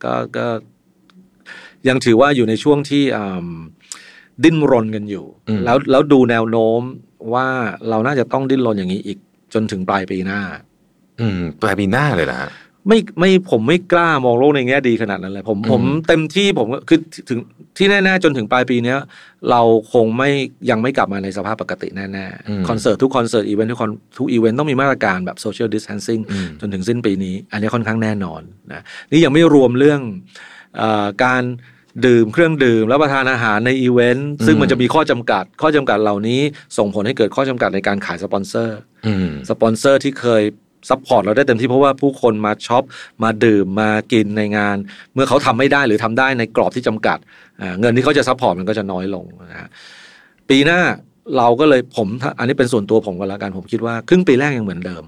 ยังถือว่าอยู่ในช่วงที่ดิ้นรนกันอยู่แล้วดูแนวโน้มว่าเราน่าจะต้องดิ้นรนอย่างนี้อีกจนถึงปลายปีหน้าปลายปีหน้าเลยนะไม่ผมไม่กล้ามองโลกในแง่ดีขนาดนั้นเลยผมเต็มที่ผมคือถึงที่แน่ๆจนถึงปลายปีนี้เราคงยังไม่กลับมาในสภาพปกติแน่ๆคอนเสิร์ตทุกคอนเสิร์ตอีเวนต์ทุกอีเวนต์ต้องมีมาตรการแบบ social distancing จนถึงสิ้นปีนี้อันนี้ค่อนข้างแน่นอนนะนี่ยังไม่รวมเรื่องการดื่มเครื่องดื่มแล้วประทานอาหารในอีเวนต์ซึ่งมันจะมีข้อจำกัดเหล่านี้ส่งผลให้เกิดข้อจำกัดในการขายสปอนเซอร์ที่เคยซัพพอร์ตเราได้เต็มที่เพราะว่าผู้คนมาช็อปมาดื่มมากินในงานเมื่อเขาทำไม่ได้หรือทำได้ในกรอบที่จำกัดเงินที่เขาจะซัพพอร์ตมันก็จะน้อยลงนะฮะปีหน้าเราก็เลยอันนี้เป็นส่วนตัวผมก็แล้วกันผมคิดว่าครึ่งปีแรกยังเหมือนเดิม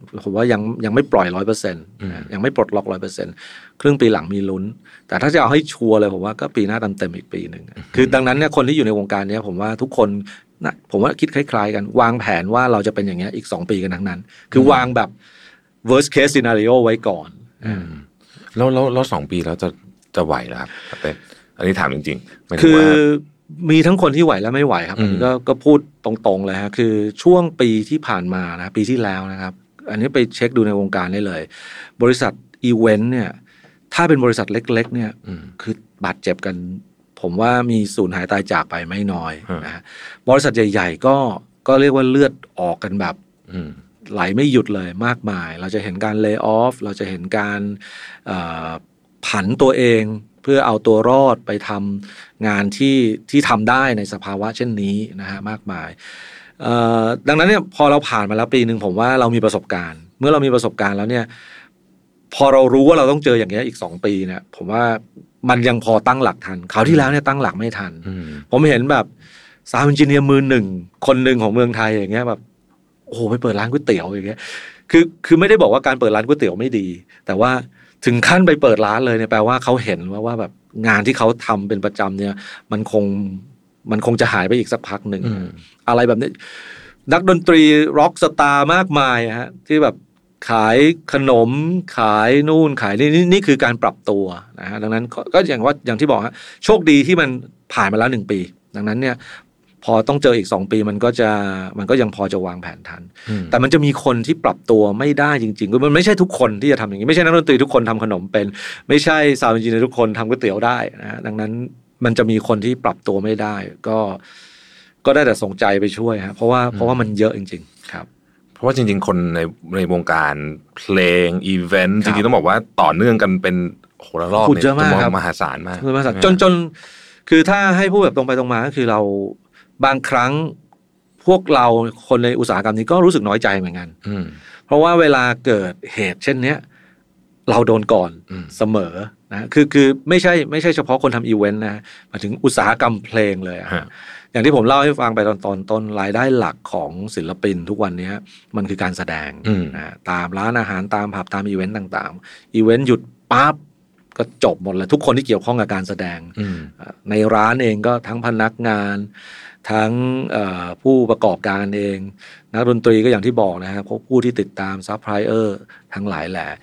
ผมว่ายังไม่ปล่อย 100% ยังไม่ปลดล็อก 100% ครึ่งปีหลังมีลุ้นแต่ถ้าจะเอาให้ชัวร์เลยผมว่าก็ปีหน้าเต็มอีกปีนึงคือดังนั้นเนี่ยคนที่อยู่ในวงการนี้ผมว่าทุกคนผมว่าคิดคล้ายๆกันวางแผนว่าเราจะเป็นอย่างเงี้ยอีก2ปีกันทั้งนั้นคือวางแบบ worst case scenario ไว้ก่อนแล้ว2ปีแล้วจะไหวแล้วครับอันนี้ถามจริงๆคือมีทั้งคนที่ไหวและไม่ไหวครับอันนี้ก็พูดตรงๆเลยฮะคือช่วงปีที่ผ่านมานะปีที่แล้วนะครับอันนี้ไปเช็คดูในวงการได้เลยบริษัทอีเวนต์เนี่ยถ้าเป็นบริษัทเล็กๆเนี่ยคือบาดเจ็บกันผมว่ามีสูญหายตายจากไปไม่น้อยนะบริษัทใหญ่ๆก็เรียกว่าเลือดออกกันแบบไหลไม่หยุดเลยมากมายเราจะเห็นการเลย์ออฟเราจะเห็นการผันตัวเองเพื่อเอาตัวรอดไปทำงานที่ทำได้ในสภาวะเช่นนี้นะฮะมากมายดังนั้นเนี่ยพอเราผ่านมาแล้วปีนึงผมว่าเรามีประสบการณ์เมื่อเรามีประสบการณ์แล้วเนี่ยพอเรารู้ว่าเราต้องเจออย่างเงี้ยอีก2ปีเนี่ยผมว่ามันยังพอตั้งหลักทันคราวที่แล้วเนี่ยตั้งหลักไม่ทันผมเห็นแบบซาวด์เอนจิเนียร์มือหนึ่งคนหนึ่งของเมืองไทยอย่างเงี้ยแบบโอ้โหไปเปิดร้านก๋วยเตี๋ยวอย่างเงี้ยคือไม่ได้บอกว่าการเปิดร้านก๋วยเตี๋ยวไม่ดีแต่ว่าถึงขั้นไปเปิดร้านเลยเนี่ยแปลว่าเขาเห็นว่าแบบงานที่เขาทำเป็นประจำเนี่ยมันคงจะหายไปอีกสักพักหนึ่งอะไรแบบนี้นักดนตรีร็อกสตาร์มากมายฮะที่แบบขายขนมขายนู่นขายนี่คือการปรับตัวนะฮะดังนั้นก็อย่างที่บอกฮะโชคดีที่มันผ่านมาแล้ว1ปีดังนั้นเนี่ยพอต้องเจออีก2ปีมันก็ยังพอจะวางแผนทันแต่มันจะมีคนที่ปรับตัวไม่ได้จริงๆมันไม่ใช่ทุกคนที่จะทำอย่างนี้ไม่ใช่นักดนตรีทุกคนทำขนมเป็นไม่ใช่ซาวด์เอนจิเนียร์ทุกคนทำก๋วยเตี๋ยวได้นะดังนั้นมันจะมีคนที่ปรับตัวไม่ได้ก็ได้แต่ส่งใจไปช่วยฮะเพราะว่ามันเยอะจริงๆครับเพราะว่าจริงๆคนในวงการเพลงอีเวนต์จริงๆต้องบอกว่าต่อเนื่องกันเป็นโหระลอกเนี่ยมหาศาลมากจนคือถ้าให้พูดแบบตรงไปตรงมาก็คือเราบางครั้งพวกเราคนในอุตสาหกรรมนี้ก็รู้สึกน้อยใจเหมือนกันเพราะว่าเวลาเกิดเหตุเช่นนี้เราโดนก่อนเสมอนะคือไม่ใช่เฉพาะคนทำอีเวนต์นะมาถึงอุตสาหกรรมเพลงเลยอย่างที่ผมเล่าให้ฟังไปตอนต้นรายได้หลักของศิลปินทุกวันนี้มันคือการแสดงนะตามร้านอาหารตามผับตามอีเวนต์ต่างๆอีเวนต์หยุดปั๊บก็จบหมดเลยทุกคนที่เกี่ยวข้องกับการแสดงในร้านเองก็ทั้งพนักงานทั้งผู้ประกอบการเองนักดนตรีก็อย่างที่บอกนะครับผู้ที่ติดตามซัพพลายเออร์ทั้งหลายแหละ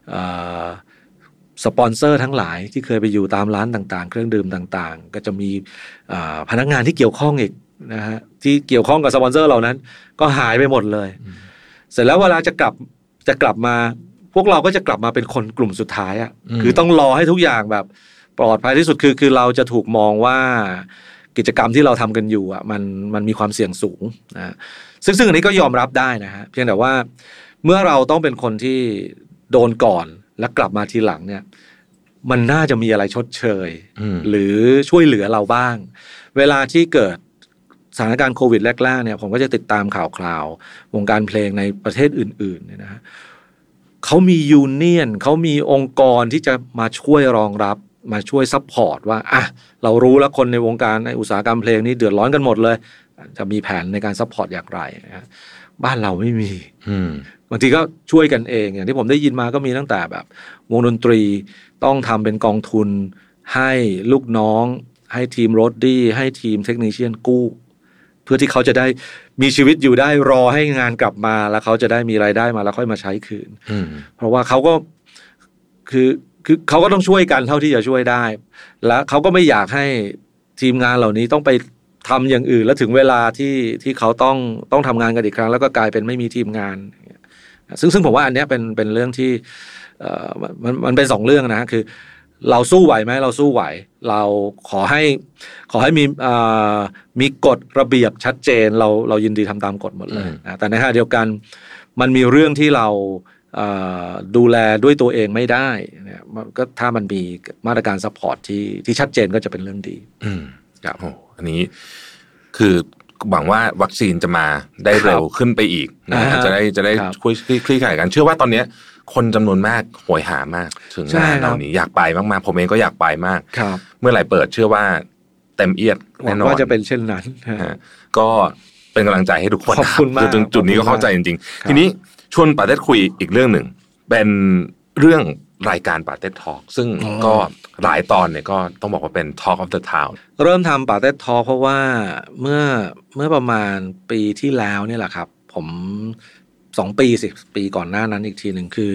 สปอนเซอร์ทั้งหลายที่เคยไปอยู่ตามร้านต่างๆเครื่องดื่มต่างๆก็จะมีพนักงานที่เกี่ยวข้องอีกนะฮะที่เกี่ยวข้องกับสปอนเซอร์เหล่านั้นก็หายไปหมดเลยเสร็จแล้วเวลาจะกลับมาพวกเราก็จะกลับมาเป็นคนกลุ่มสุดท้ายอ่ะคือต้องรอให้ทุกอย่างแบบปลอดภัยที่สุดคือเราจะถูกมองว่ากิจกรรมที่เราทำกันอยู่อ่ะมันมีความเสี่ยงสูงนะซึ่งอันนี้ก็ยอมรับได้นะฮะเพียงแต่ว่าเมื่อเราต้องเป็นคนที่โดนก่อนแล้วกลับมาทีหลังเนี่ยมันน่าจะมีอะไรชดเชยหรือช่วยเหลือเราบ้างเวลาที่เกิดสถานการณ์โควิดแรกๆเนี่ยผมก็จะติดตามข่าววงการเพลงในประเทศอื่นๆเนี่ยนะฮะเขามียูเนียนเขามีองค์กรที่จะมาช่วยรองรับมาช่วยซัพพอร์ตว่าเรารู้แล้วคนในวงการในอุตสาหกรรมเพลงนี้เดือดร้อนกันหมดเลยจะมีแผนในการซัพพอร์ตอย่างไรนะบ้านเราไม่มีบางทีก็ช่วยกันเองอย่างที่ผมได้ยินมาก็มีตั้งแต่แบบวงดนตรีต้องทำเป็นกองทุนให้ลูกน้องให้ทีมโรดดี้ให้ทีมเทคนิเชียนกู้เพื่อที่เขาจะได้มีชีวิตอยู่ได้รอให้งานกลับมาแล้วเขาจะได้มีรายได้มาแล้วค่อยมาใช้คืนเพราะว่าเขาก็คือเขาก็ต้องช่วยกันเท่าที่จะช่วยได้แล้วเขาก็ไม่อยากให้ทีมงานเหล่านี้ต้องไปทำอย่างอื่นแล้วถึงเวลาที่เขาต้องทำงานกันอีกครั้งแล้วก็กลายเป็นไม่มีทีมงานซึ่งผมว่าอันนี้เป็นเรื่องที่มันเป็น2เรื่องนะคือเราสู้ไหวไหมเราสู้ไหวเราขอให้มีกฎระเบียบชัดเจนเรายินดีทำตามกฎหมดเลยนะแต่ในขณะเดียวกันมันมีเรื่องที่เราดูแลด้วยตัวเองไม่ได้เนี่ยก็ถ้ามันมีมาตรการซัพพอร์ตที่ชัดเจนก็จะเป็นเรื่องดีครับโอ้อันนี้คือหวังว่าวัคซีนจะมาได้เร็วขึ้นไปอีกนะจะได้คลี่คลายกันเชื่อว่าตอนนี้คนจำนวนมากโหยหามากถึงงานเหล่านี้อยากไปมากๆผมเองก็อยากไปมากเมื่อไหร่เปิดเชื่อว่าเต็มเอียดแน่นอนว่าจะเป็นเช่นนั้นก็เป็นกำลังใจให้ทุกคนขอบคุณมากจุดนี้ก็เข้าใจจริงๆทีนี้ชวนปาเต้คุยอีกเรื่องหนึ่งเป็นเรื่องรายการปาเต้ทอล์กซึ่งก็หลายตอนเนี่ยก็ต้องบอกว่าเป็น Talk of the Town เริ่มทำปาเต้ทอล์กเพราะว่าเมื่อประมาณปีที่แล้วเนี่ยแหละครับผม2 ปีก่อนหน้านั้นอีกทีหนึ่งคือ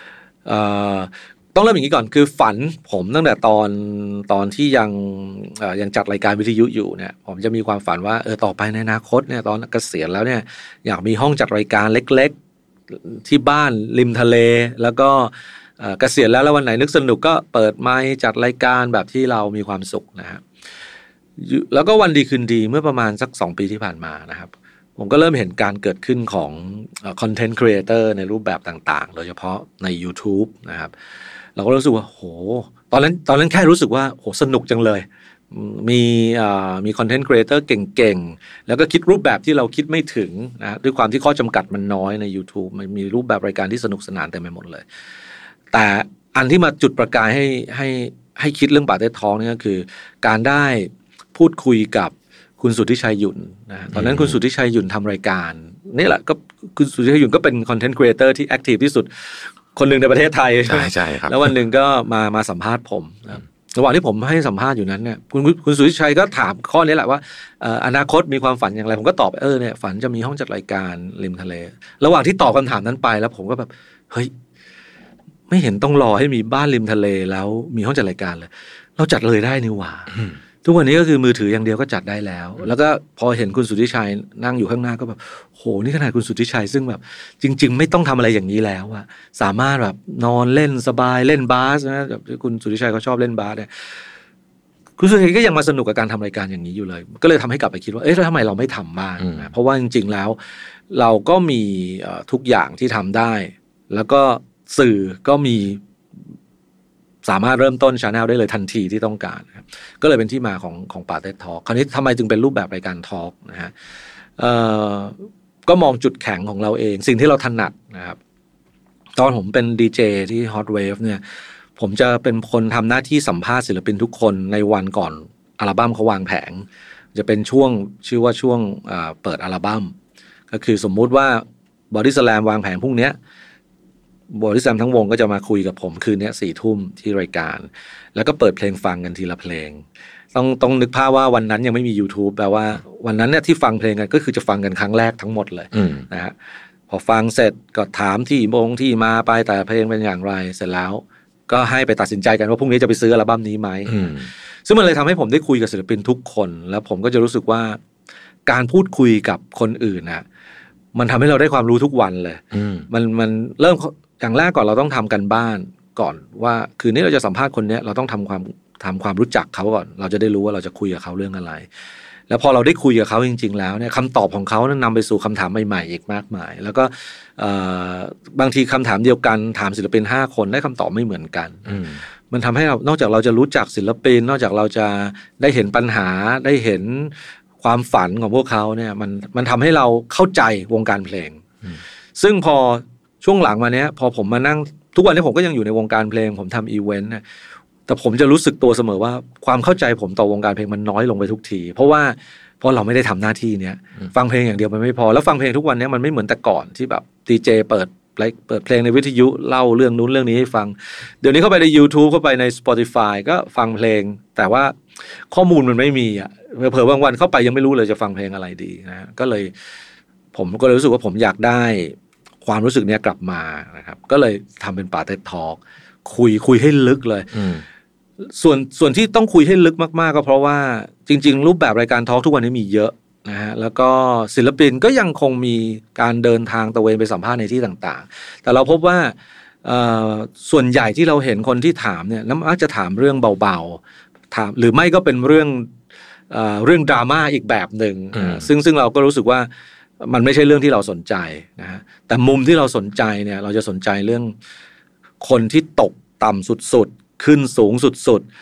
ต้องเริ่มอย่างนี้ก่อนคือฝันผมตั้งแต่ตอนที่ยังจัดรายการวิทยุอยู่เนี่ยผมจะมีความฝันว่าต่อไปในอนาคตเนี่ยตอนเกษียณแล้วเนี่ยอยากมีห้องจัดรายการเล็กๆที่บ้านริมทะเลแล้วก็เกษียณแล้ววันไหนนึกสนุกก็เปิดไมค์จัดรายการแบบที่เรามีความสุขนะฮะแล้วก็วันดีคืนดีเมื่อประมาณสัก2 ปีที่ผ่านมานะครับผมก็เริ่มเห็นการเกิดขึ้นของคอนเทนต์ครีเอเตอร์ในรูปแบบต่างๆโดยเฉพาะใน YouTube นะครับเราก็รู้สึกว่าโหตอนนั้นแค่รู้สึกว่าโหสนุกจังเลยมีคอนเทนต์ครีเอเตอร์เก่งๆแล้วก็คิดรูปแบบที่เราคิดไม่ถึงนะด้วยความที่ข้อจำกัดมันน้อยใน YouTube มันมีรูปแบบรายการที่สนุกสนานเต็มไปหมดเลยแต่อันที่มาจุดประกายให้คิดเรื่องปาเต้ทอล์กนี่ก็คือการได้พูดคุยกับคุณสุทธิชัยหยุ่นนะตอนนั้นคุณสุทธิชัยหยุ่นทำรายการนี่แหละก็คุณสุทธิชัยหยุ่นก็เป็นคอนเทนต์ครีเอเตอร์ที่แอคทีฟที่สุดคนหนึ่งในประเทศไทยใช่ครับแล้ววันหนึ่งก็มาสัมภาษณ์ผมระหว่างที่ผมให้สัมภาษณ์อยู่นั้นเนี่ยคุณสุทธิชัยก็ถามข้อนี้แหละว่าอนาคตมีความฝันอย่างไรผมก็ตอบเนี่ยฝันจะมีห้องจัดรายการริมทะเลระหว่างที่ตอบคำถามนั้นไปแล้วผมก็แบบเฮ้ยไม่เห็นต้องรอให้มีบ้านริมทะเลแล้วมีห้องจัดรายการเลยเราจัดเลยได้นี่หว่าทุกวันนี้ก็คือมือถืออย่างเดียวก็จัดได้แล้วแล้วก็พอเห็นคุณสุทธิชัยนั่งอยู่ข้างหน้าก็แบบโหนี่ขนาดคุณสุทธิชัยซึ่งแบบจริงๆไม่ต้องทำอะไรอย่างนี้แล้วอะสามารถแบบนอนเล่นสบายเล่นบาสนะแบบที่คุณสุทธิชัยเขาชอบเล่นบาสเนี่ยคุณสุทธิชัยก็ยังมาสนุกกับการทำรายการอย่างนี้อยู่เลยก็เลยทำให้กลับไปคิดว่าแล้วทำไมเราไม่ทำบ้างนะเพราะว่าจริงๆแล้วเราก็มีทุกอย่างที่ทำได้แล้วก็สื่อก็มีสามารถเริ่มต้น channel ได้เลยทันทีที่ต้องการครับก็เลยเป็นที่มาของปาเต้ทอล์กคราวนี้ทำไมจึงเป็นรูปแบบรายการทอล์กนะฮะก็มองจุดแข็งของเราเองสิ่งที่เราถนัดนะครับตอนผมเป็นดีเจที่ Hot Wave เนี่ยผมจะเป็นคนทำหน้าที่สัมภาษณ์ศิลปินทุกคนในวันก่อนอัลบั้มเขาวางแผงจะเป็นช่วงชื่อว่าช่วงเปิดอัลบั้มก็คือสมมุติว่า Body Slam วางแผงพรุ่งนี้บริษัททั้งวงก็จะมาคุยกับผมคืนนี้4 ทุ่มที่รายการแล้วก็เปิดเพลงฟังกันทีละเพลงต้องนึกภาพว่าวันนั้นยังไม่มี YouTube แปลว่าวันนั้นเนี่ยที่ฟังเพลงกันก็คือจะฟังกันครั้งแรกทั้งหมดเลยนะฮะพอฟังเสร็จก็ถามที่ที่มาไปแต่เพลงเป็นอย่างไรเสร็จแล้วก็ให้ไปตัดสินใจกันว่าพรุ่งนี้จะไปซื้ออัลบั้มนี้ไหมซึ่งมันเลยทำให้ผมได้คุยกับศิลปินทุกคนแล้วผมก็จะรู้สึกว่าการพูดคุยกับคนอื่นนะมันทำให้เราได้ความรู้ทุกวันเลยมันเริ่มอย่างแรกก่อนเราต้องทำกันบ้านก่อนว่าคืนนี้เราจะสัมภาษณ์คนนี้เราต้องทำความรู้จักเขาก่อนเราจะได้รู้ว่าเราจะคุยกับเขาเรื่องอะไรแล้วพอเราได้คุยกับเขาจริงๆแล้วเนี่ยคำตอบของเขานั้นนำไปสู่คำถามใหม่ๆอีกมากมายแล้วก็บางทีคำถามเดียวกันถามศิลปิน5 คนได้คำตอบไม่เหมือนกันมันทำให้เรานอกจากเราจะรู้จักศิลปินนอกจากเราจะได้เห็นปัญหาได้เห็นความฝันของพวกเขาเนี่ยมันทำให้เราเข้าใจวงการเพลงซึ่งพอช่วงหลังมาเนี้ยพอผมมานั่งทุกวันนี้ผมก็ยังอยู่ในวงการเพลงผมทำอีเวนต์แต่ผมจะรู้สึกตัวเสมอว่าความเข้าใจผมต่อวงการเพลงมันน้อยลงไปทุกทีเพราะเราไม่ได้ทำหน้าที่เนี้ยฟังเพลงอย่างเดียวมันไม่พอแล้วฟังเพลงทุกวันนี้มันไม่เหมือนแต่ก่อนที่แบบดีเจเปิดเพลงในวิทยุเล่าเรื่องนู้นเรื่องนี้ให้ฟังเดี๋ยวนี้เข้าไปใน YouTube เข้าไปใน Spotify ก็ฟังเพลงแต่ว่าข้อมูลมันไม่มีเผลอบางวันเข้าไปยังไม่รู้เลยจะฟังเพลงอะไรดีนะก็เลยผมก็เลยรู้สึกว่าผมอยากได้ความรู้สึกนี้กลับมานะครับก็เลยทำเป็นปาเต้ทอล์กคุยให้ลึกเลยส่วนที่ต้องคุยให้ลึกมากๆก็เพราะว่าจริงๆรูปแบบรายการทอล์กทุกวันนี้มีเยอะนะฮะแล้วก็ศิลปินก็ยังคงมีการเดินทางตะเวนไปสัมภาษณ์ในที่ต่างๆแต่เราพบว่าส่วนใหญ่ที่เราเห็นคนที่ถามเนี่ยมักจะถามเรื่องเบาๆถามหรือไม่ก็เป็นเรื่องดราม่าอีกแบบหนึ่งซึ่งเราก็รู้สึกว่ามันไม่ใช่เรื่องที่เราสนใจนะฮะแต่มุมที่เราสนใจเนี่ยเราจะสนใจเรื่องคนที่ตกต่ำสุดๆขึ้นสูงสุด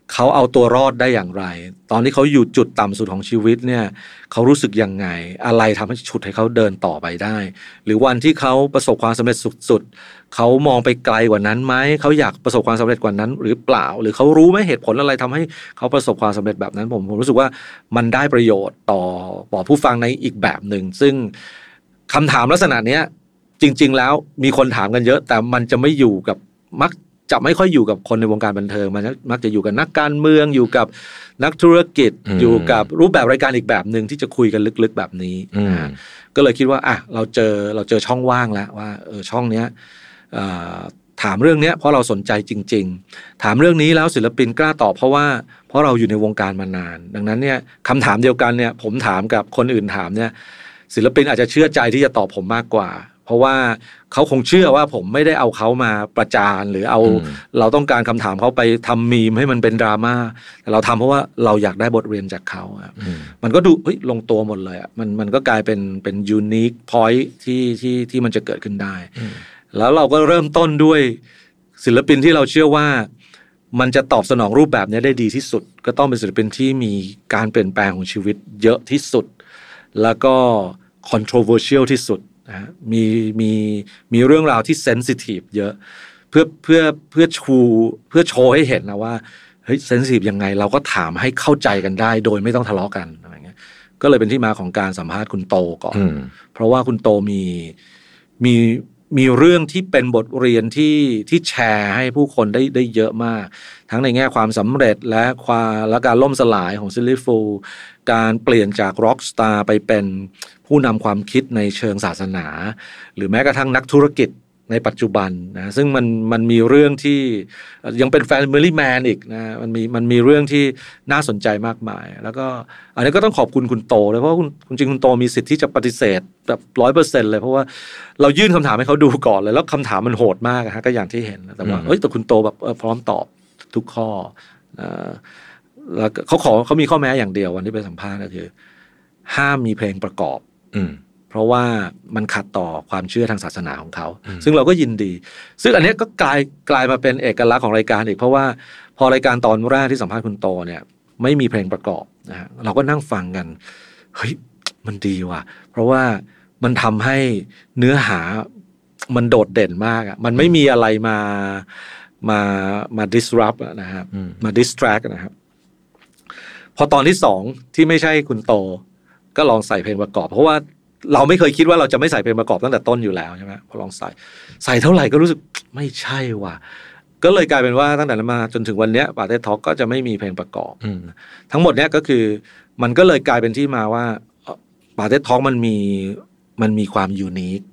เขาเอาตัวรอดได้อย่างไรตอนที่เขาอยู่จุดต่ำสุดของชีวิตเนี่ยเขารู้สึกยังไงอะไรทำให้ฉุดให้เขาเดินต่อไปได้หรือวันที่เขาประสบความสำเร็จสุดๆเขามองไปไกลกว่านั้นไหมเขาอยากประสบความสำเร็จกว่านั้นหรือเปล่าหรือเขารู้ไหมเหตุผลอะไรทำให้เขาประสบความสำเร็จแบบนั้นผมรู้สึกว่ามันได้ประโยชน์ต่อผู้ฟังในอีกแบบหนึ่งซึ่งคำถามลักษณะนี้จริงๆแล้วมีคนถามกันเยอะแต่มันจะไม่อยู่กับจะไม่ค่อยอยู่กับคนในวงการบันเทิงมันมักจะอยู่กับนักการเมืองอยู่กับนักธุรกิจอยู่กับรูปแบบรายการอีกแบบหนึ่งที่จะคุยกันลึกๆแบบนี้ก็เลยคิดว่าเราเจอช่องว่างแล้วว่าช่องเนี้ยถามเรื่องนี้เพราะเราสนใจจริงๆถามเรื่องนี้แล้วศิลปินกล้าตอบเพราะเราอยู่ในวงการมานานดังนั้นเนี่ยคำถามเดียวกันเนี่ยผมถามกับคนอื่นถามเนี่ยศิลปินอาจจะเชื่อใจที่จะตอบผมมากกว่าเพราะว่าเขาคงเชื่อว่าผมไม่ได้เอาเขามาประจานหรือเราต้องการคำถามเขาไปทำมีมให้มันเป็นดราม่าแต่เราทำเพราะว่าเราอยากได้บทเรียนจากเขาครับมันก็ดูลงตัวหมดเลยอ่ะมันก็กลายเป็นยูนิคพอยท์ที่มันจะเกิดขึ้นได้แล้วเราก็เริ่มต้นด้วยศิลปินที่เราเชื่อว่ามันจะตอบสนองรูปแบบนี้ได้ดีที่สุดก็ต้องเป็นศิลปินที่มีการเปลี่ยนแปลงของชีวิตเยอะที่สุดแล้วก็ controversial ที่สุดนะมีเรื่องราวที่เซนซิทีฟเยอะเพื่อโชว์ให้เห็นนะว่าเฮ้ยเซนซิทีฟยังไงเราก็ถามให้เข้าใจกันได้โดยไม่ต้องทะเลาะกันอะไรเงี้ยก็เลยเป็นที่มาของการสัมภาษณ์คุณโตก่อนเพราะว่าคุณโตมีเรื่องที่เป็นบทเรียนที่แชร์ให้ผู้คนได้เยอะมากทั้งในแง่ความสำเร็จและการล่มสลายของซิลลี่ฟูลการเปลี่ยนจากร็อกสตาร์ไปเป็นผู้นำความคิดในเชิงศาสนาหรือแม้กระทั่งนักธุรกิจในปัจจุบันนะซึ่งมันมีเรื่องที่ยังเป็น Family Man อีกนะมันมีเรื่องที่น่าสนใจมากมายแล้วก็อันนี้ก็ต้องขอบคุณคุณโตเลยเพราะคุณจริงคุณโตมีสิทธิ์ที่จะปฏิเสธแบบ 100% เลยเพราะว่าเรายื่นคำถามให้เขาดูก่อนเลยแล้วคำถามมันโหดมากฮะก็อย่างที่เห็นแต่ว่าแต่คุณโตแบบพร้อมตอบทุกข้อแล้วเขามีข้อแม้อย่างเดียววันที่ไปสัมภาษณ์ก็คือห้ามมีเพลงประกอบเพราะว่ามันขัดต่อความเชื่อทางศาสนาของเขาซึ่งเราก็ยินดีซึ่งอันนี้ก็กลายมาเป็นเอกลักษณ์ของรายการอีกเพราะว่าพอรายการตอนแรกที่สัมภาษณ์คุณโตเนี่ยไม่มีเพลงประกอบนะฮะเราก็นั่งฟังกันเฮ้ยมันดีว่ะเพราะว่ามันทำให้เนื้อหามันโดดเด่นมากอ่ะมันไม่มีอะไรมา disrupt นะครับมา distract นะครับพอตอนที่2ที่ไม่ใช่คุณโตก็ลองใส่เพลงประกอบเพราะว่าเราไม่เคยคิดว่าเราจะไม่ใส่เพลงประกอบตั้งแต่ต้นอยู่แล้วใช่ไหมพอลองใส่เท่าไหร่ก็รู้สึกไม่ใช่ว่ะก็เลยกลายเป็นว่าตั้งแต่นั้นมาจนถึงวันนี้ปาเต้ทอล์กก็จะไม่มีเพลงประกอบทั้งหมดเนี้ยก็คือมันก็เลยกลายเป็นที่มาว่าปาเต้ทอล์กมันมีความยูนิค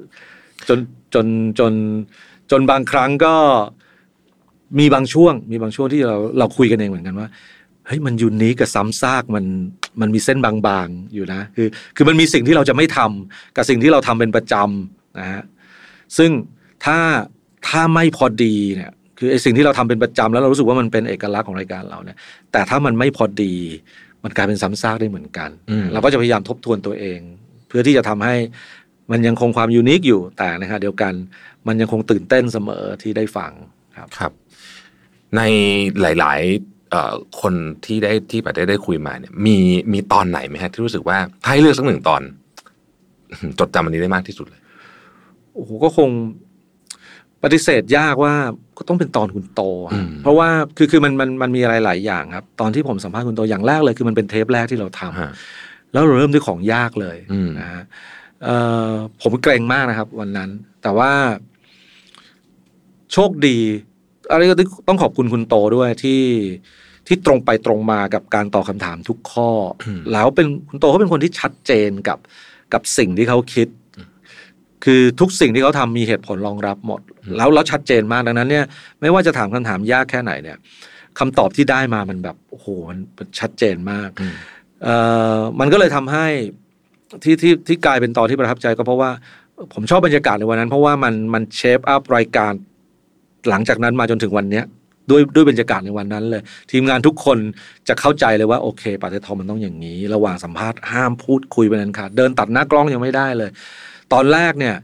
จนบางครั้งก็มีบางช่วงที่เราคุยกันเองเหมือนกันว่าเฮ้ยมันยูนิคกับซ้ำซากมันมีเส้นบางๆอยู่นะคือมันมีสิ่งที่เราจะไม่ทำกับสิ่งที่เราทำเป็นประจำนะฮะซึ่งถ้าไม่พอดีเนี่ยคือไอ้สิ่งที่เราทำเป็นประจำแล้วเรารู้สึกว่ามันเป็นเอกลักษณ์ของรายการเราเนี่ยแต่ถ้ามันไม่พอดีมันกลายเป็นซ้ำซากได้เหมือนกันเราก็จะพยายามทบทวนตัวเองเพื่อที่จะทำให้มันยังคงความยูนิคอยู่แต่นะครับเดียวกันมันยังคงตื่นเต้นเสมอที่ได้ฟังครับในหลายๆคนที่ปัดได้คุยมาเนี่ยมีตอนไหนไหมฮะที่รู้สึกว่าถ้าให้เลือกสัก1ตอนจดจำอันนี้ได้มากที่สุดเลยโอ้โหก็คงปฏิเสธยากว่าก็ต้องเป็นตอนคุณโตเพราะว่าคือมันมีอะไรหลายอย่างครับตอนที่ผมสัมภาษณ์คุณโตอย่างแรกเลยคือมันเป็นเทปแรกที่เราทำแล้วเราเริ่มด้วยของยากเลยนะฮะผมเกรงมากนะครับวันนั้นแต่ว่าโชคดีอะไรก็ต้องขอบคุณคุณโตด้วยที่ตรงไปตรงมากับการตอบคำถามทุกข้อแล้วคุณโตเขาเป็นคนที่ชัดเจนกับสิ่งที่เขาคิดคือทุกสิ่งที่เขาทำมีเหตุผลรองรับหมดแล้วชัดเจนมากดังนั้นเนี่ยไม่ว่าจะถามคำถามยากแค่ไหนเนี่ยคำตอบที่ได้มามันแบบโอ้โหมันชัดเจนมากมันก็เลยทำให้ที่กลายเป็นตอนที่ประทับใจก็เพราะว่าผมชอบบรรยากาศในวันนั้นเพราะว่ามันเชฟอัพรายการหลังจากนั้นมาจนถึงวันนี้ด้วยบรรยากาศในวันนั้นเลยทีมงานทุกคนจะเข้าใจเลยว่าโอเคปาเต้ทอล์กมันต้องอย่างนี้ระหว่างสัมภาษณ์ห้ามพูดคุยเป็นอันขาดเดินตัดหน้ากล้องยังไม่ได้เลยตอนแรกเนี่ย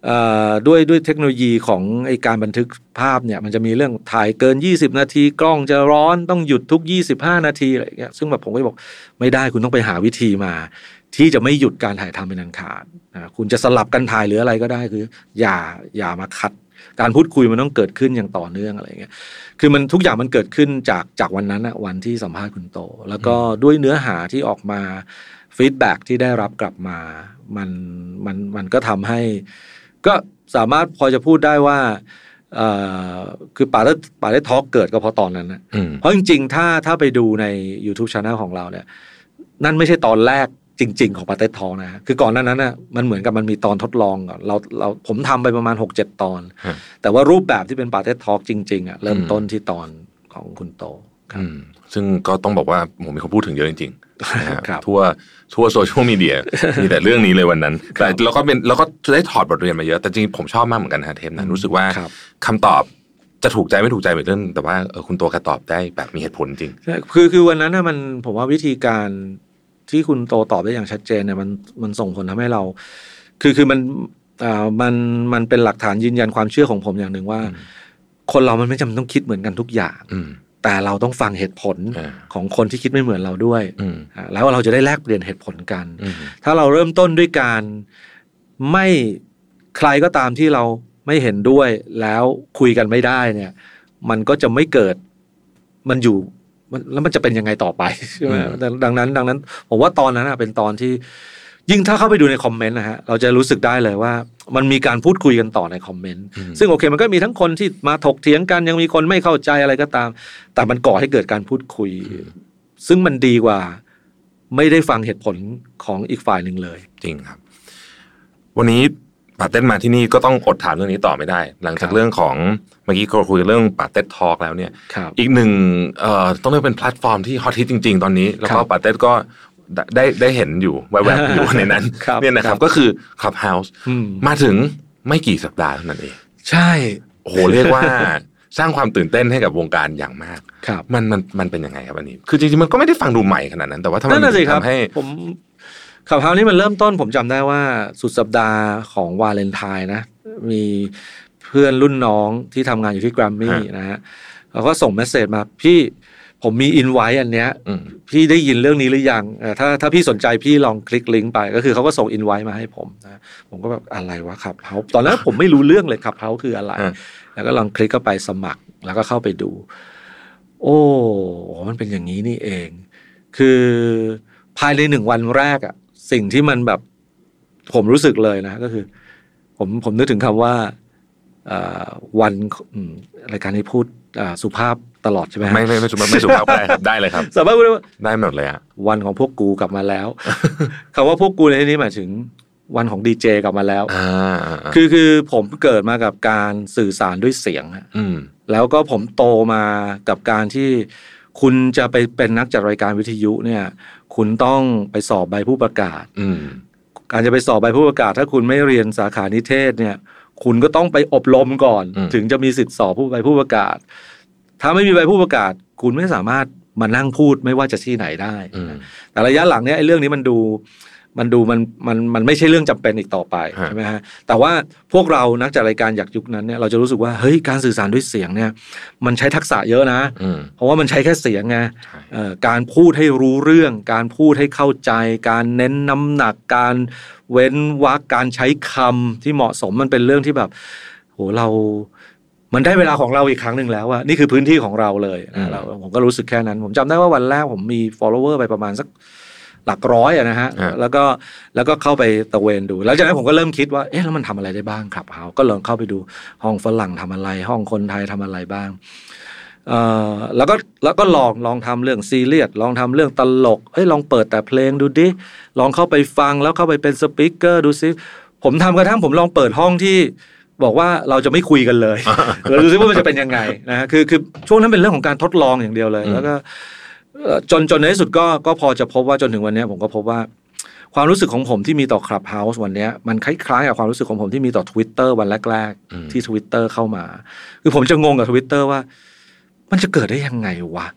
ด้วยเทคโนโลยีของไอ้การบันทึกภาพเนี่ยมันจะมีเรื่องถ่ายเกิน20นาทีกล้องจะร้อนต้องหยุดทุก25นาทีอะไรอย่างเงี้ยซึ่งแบบผมก็บอกไม่ได้คุณต้องไปหาวิธีมาที่จะไม่หยุดการถ่ายทำเป็นอันขาดคุณจะสลับกันถ่ายหรืออะไรก็ได้คืออย่ามาคัดการพูดคุยมันต้องเกิดขึ้นอย่างต่อเนื่องอะไรอย่างเงี้ยคือมันทุกอย่างมันเกิดขึ้นจากวันนั้นนะวันที่สัมภาษณ์คุณโตแล้วก็ด้วยเนื้อหาที่ออกมาฟีดแบ็กที่ได้รับกลับมามันก็ทำให้ก็สามารถพอจะพูดได้ว่าคือป่าได้ทอล์กเกิดก็เพราะตอนนั้นนะเพราะจริงๆถ้าไปดูใน YouTube Channel ของเราเนี่ยนั่นไม่ใช่ตอนแรกจริงๆของป่าได้ทอล์กนะคือก่อนนั้นน่ะมันเหมือนกับมันมีตอนทดลองก่อนผมทำไปประมาณ 6-7 ตอนแต่ว่ารูปแบบที่เป็นป่าได้ทอล์กจริงๆอ่ะเริ่มต้นที่ตอนของคุณโตครับซึ่งก็ต้องบอกว่าผมมีคนพูดถึงเยอะจริงๆทั่วโซเชียลมีเดียมีแต่เรื่องนี้เลยวันนั้นแต่เราก็ได้ถอดบทเรียนมาเยอะแต่จริงผมชอบมากเหมือนกันนะเทปนั้นรู้สึกว่าคำตอบจะถูกใจไม่ถูกใจเป็นเรื่องแต่ว่าคุณโตแกตอบได้แบบมีเหตุผลจริงคือวันนั้นน่ะผมว่าวิธีการที่คุณโตตอบได้อย่างชัดเจนเนี่ยมันส่งผลทำให้เราคือมันเป็นหลักฐานยืนยันความเชื่อของผมอย่างหนึ่งว่าคนเรามันไม่จำต้องคิดเหมือนกันทุกอย่างแต่เราต้องฟังเหตุผลของคนที่คิดไม่เหมือนเราด้วยแล้วเราจะได้แลกเปลี่ยนเหตุผลกันถ้าเราเริ่มต้นด้วยการไม่ใครก็ตามที่เราไม่เห็นด้วยแล้วคุยกันไม่ได้เนี่ยมันก็จะไม่เกิดมันอยู่แล้วมันจะเป็นยังไงต่อไปใช่ไหมดังนั้นผมว่าตอนนั้นเป็นตอนที่ยิ่งถ้าเข้าไปดูในคอมเมนต์นะฮะเราจะรู้สึกได้เลยว่ามันมีการพูดคุยกันต่อในคอมเมนต์ซึ่งโอเคมันก็มีทั้งคนที่มาถกเถียงกันยังมีคนไม่เข้าใจอะไรก็ตามแต่มันก่อให้เกิดการพูดคุยซึ่งมันดีกว่าไม่ได้ฟังเหตุผลของอีกฝ่ายหนึ่งเลยจริงครับวันนี้ป่าเต้นมาที่นี่ก็ต้องอดถามเรื่องนี้ต่อไม่ได้หลังจากเรื่องของเมื่อกี้เราคุยเรื่องป่าเต้นทอล์กแล้วเนี่ยอีกหนึ่งต้องเรียกเป็นแพลตฟอร์มที่ฮอตฮิตจริงๆตอนนี้แล้วก็ป่าเต้นก็ได้เห็นอยู่แวบๆอยู่ในนั้นเนี่ยนะครับก็คือ Clubhouse มาถึงไม่กี่สัปดาห์เท่านั้นเองใช่โอ้โหเรียกว่าสร้างความตื่นเต้นให้กับวงการอย่างมากมันเป็นยังไงครับวันนี้คือจริงๆมันก็ไม่ได้ฟังดูใหม่ขนาดนั้นแต่ว่าทำไมทำให้ผมClubhouseนี่มันเริ่มต้นผมจำได้ว่าสุดสัปดาห์ของวาเลนไทน์นะมีเพื่อนรุ่นน้องที่ทำงานอยู่ที่แกรมมี่นะฮะเขาก็ส่งเมสเสจมาพี่ผมมีอินไวท์อันเนี้ยพี่ได้ยินเรื่องนี้หรือยังถ้าพี่สนใจพี่ลองคลิกลิงก์ไปก็คือเขาก็ส่งอินไวท์มาให้ผมนะผมก็แบบอะไรวะครับเขาตอนนั้นผมไม่รู้เรื่องเลยครับเขาคืออะไรแล้วก็ลองคลิกเข้าไปสมัครแล้วก็เข้าไปดูโอ้มันเป็นอย่างนี้นี่เองคือภายใน1 วันแรกอะสิ่งที่มันแบบผมรู้สึกเลยนะก็คือผมนึกถึงคำว่าวันรายการนี้พูดสุภาพตลอดใช่ไหมไม่สุภาพได้ครับได้เลยครับสามารถพูดได้หมดเลยอะวันของพวกกูกลับมาแล้วคำว่าพวกกูในที่นี้หมายถึงวันของดีเจกลับมาแล้วคือผมเกิดมากับการสื่อสารด้วยเสียงแล้วก็ผมโตมากับการที่คุณจะไปเป็นนักจัดรายการวิทยุเนี่ยคุณต้องไปสอบใบผู้ประกาศการจะไปสอบใบผู้ประกาศถ้าคุณไม่เรียนสาขานิเทศเนี่ยคุณก็ต้องไปอบรมก่อนถึงจะมีสิทธิ์สอบใบผู้ประกาศถ้าไม่มีใบผู้ประกาศคุณไม่สามารถมานั่งพูดไม่ว่าจะที่ไหนได้แต่ระยะหลังเนี่ยไอ้เรื่องนี้มันไม่ใช่เรื่องจำเป็นอีกต่อไปใช่ไหมฮะแต่ว่าพวกเรานักจัดรายการจากยุคนั้นเนี่ยเราจะรู้สึกว่าเฮ้ยการสื่อสารด้วยเสียงเนี่ยมันใช้ทักษะเยอะนะเพราะว่ามันใช้แค่เสียงไงการพูดให้รู้เรื่องการพูดให้เข้าใจการเน้นน้ำหนักการเว้นวรรคการใช้คำที่เหมาะสมมันเป็นเรื่องที่แบบโหมันได้เวลาของเราอีกครั้งหนึ่งแล้วว่านี่คือพื้นที่ของเราเลยผมก็รู้สึกแค่นั้นผมจำได้ว่าวันแรกผมมี follower ไปประมาณสักหลักร้อยนะฮะแล้วก็เข้าไปตะเวนดูแล้วจากนั้นผมก็เริ่มคิดว่าเอ๊ะแล้วมันทำอะไรได้บ้างครับเขาก็ลองเข้าไปดูห้องฝรั่งทำอะไรห้องคนไทยทำอะไรบ้างแล้วก็ลองทำเรื่องซีเรียสลองทำเรื่องตลกลองเปิดแต่เพลงดูดิลองเข้าไปฟังแล้วเข้าไปเป็นสปีกเกอร์ดูซิผมทำกระทั่งผมลองเปิดห้องที่บอกว่าเราจะไม่คุยกันเลยเราดูซิว่ามันจะเป็นยังไงนะคือช่วงนั้นเป็นเรื่องของการทดลองอย่างเดียวเลยแล้วก็จนในที่สุดก็พอจะพบว่าจนถึงวันนี้ผมก็พบว่าความรู้สึกของผมที่มีต่อ Clubhouse วันนี้มันคล้ายๆกับความรู้สึกของผมที่มีต่อ Twitter วันแรกๆที่ Twitter เข้ามาคือผมจะงงกับ Twitter ว่ามันจะเกิดได้ยังไงวะ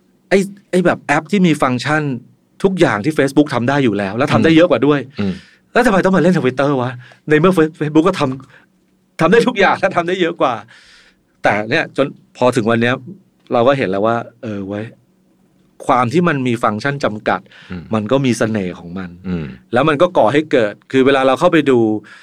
ไอ้แบบแอปที่มีฟังก์ชันทุกอย่างที่ Facebook ทำได้อยู่แล้วทำได้เยอะกว่าด้วยแล้วทำไมต้องมาเล่น Twitter วะในเมื่อ Facebook ก็ทำได้ทุกอย่างและทำได้เยอะกว่าแต่เนี่ยจนพอถึงวันนี้เราก็เห็นแล้วว่าไว้ความที่มันมีฟังก์ชันจำกัดมันก็มีเสน่ห์ของมันแล้วมันก็ก่อให้เกิดคือเวลาเราเข้าไปดู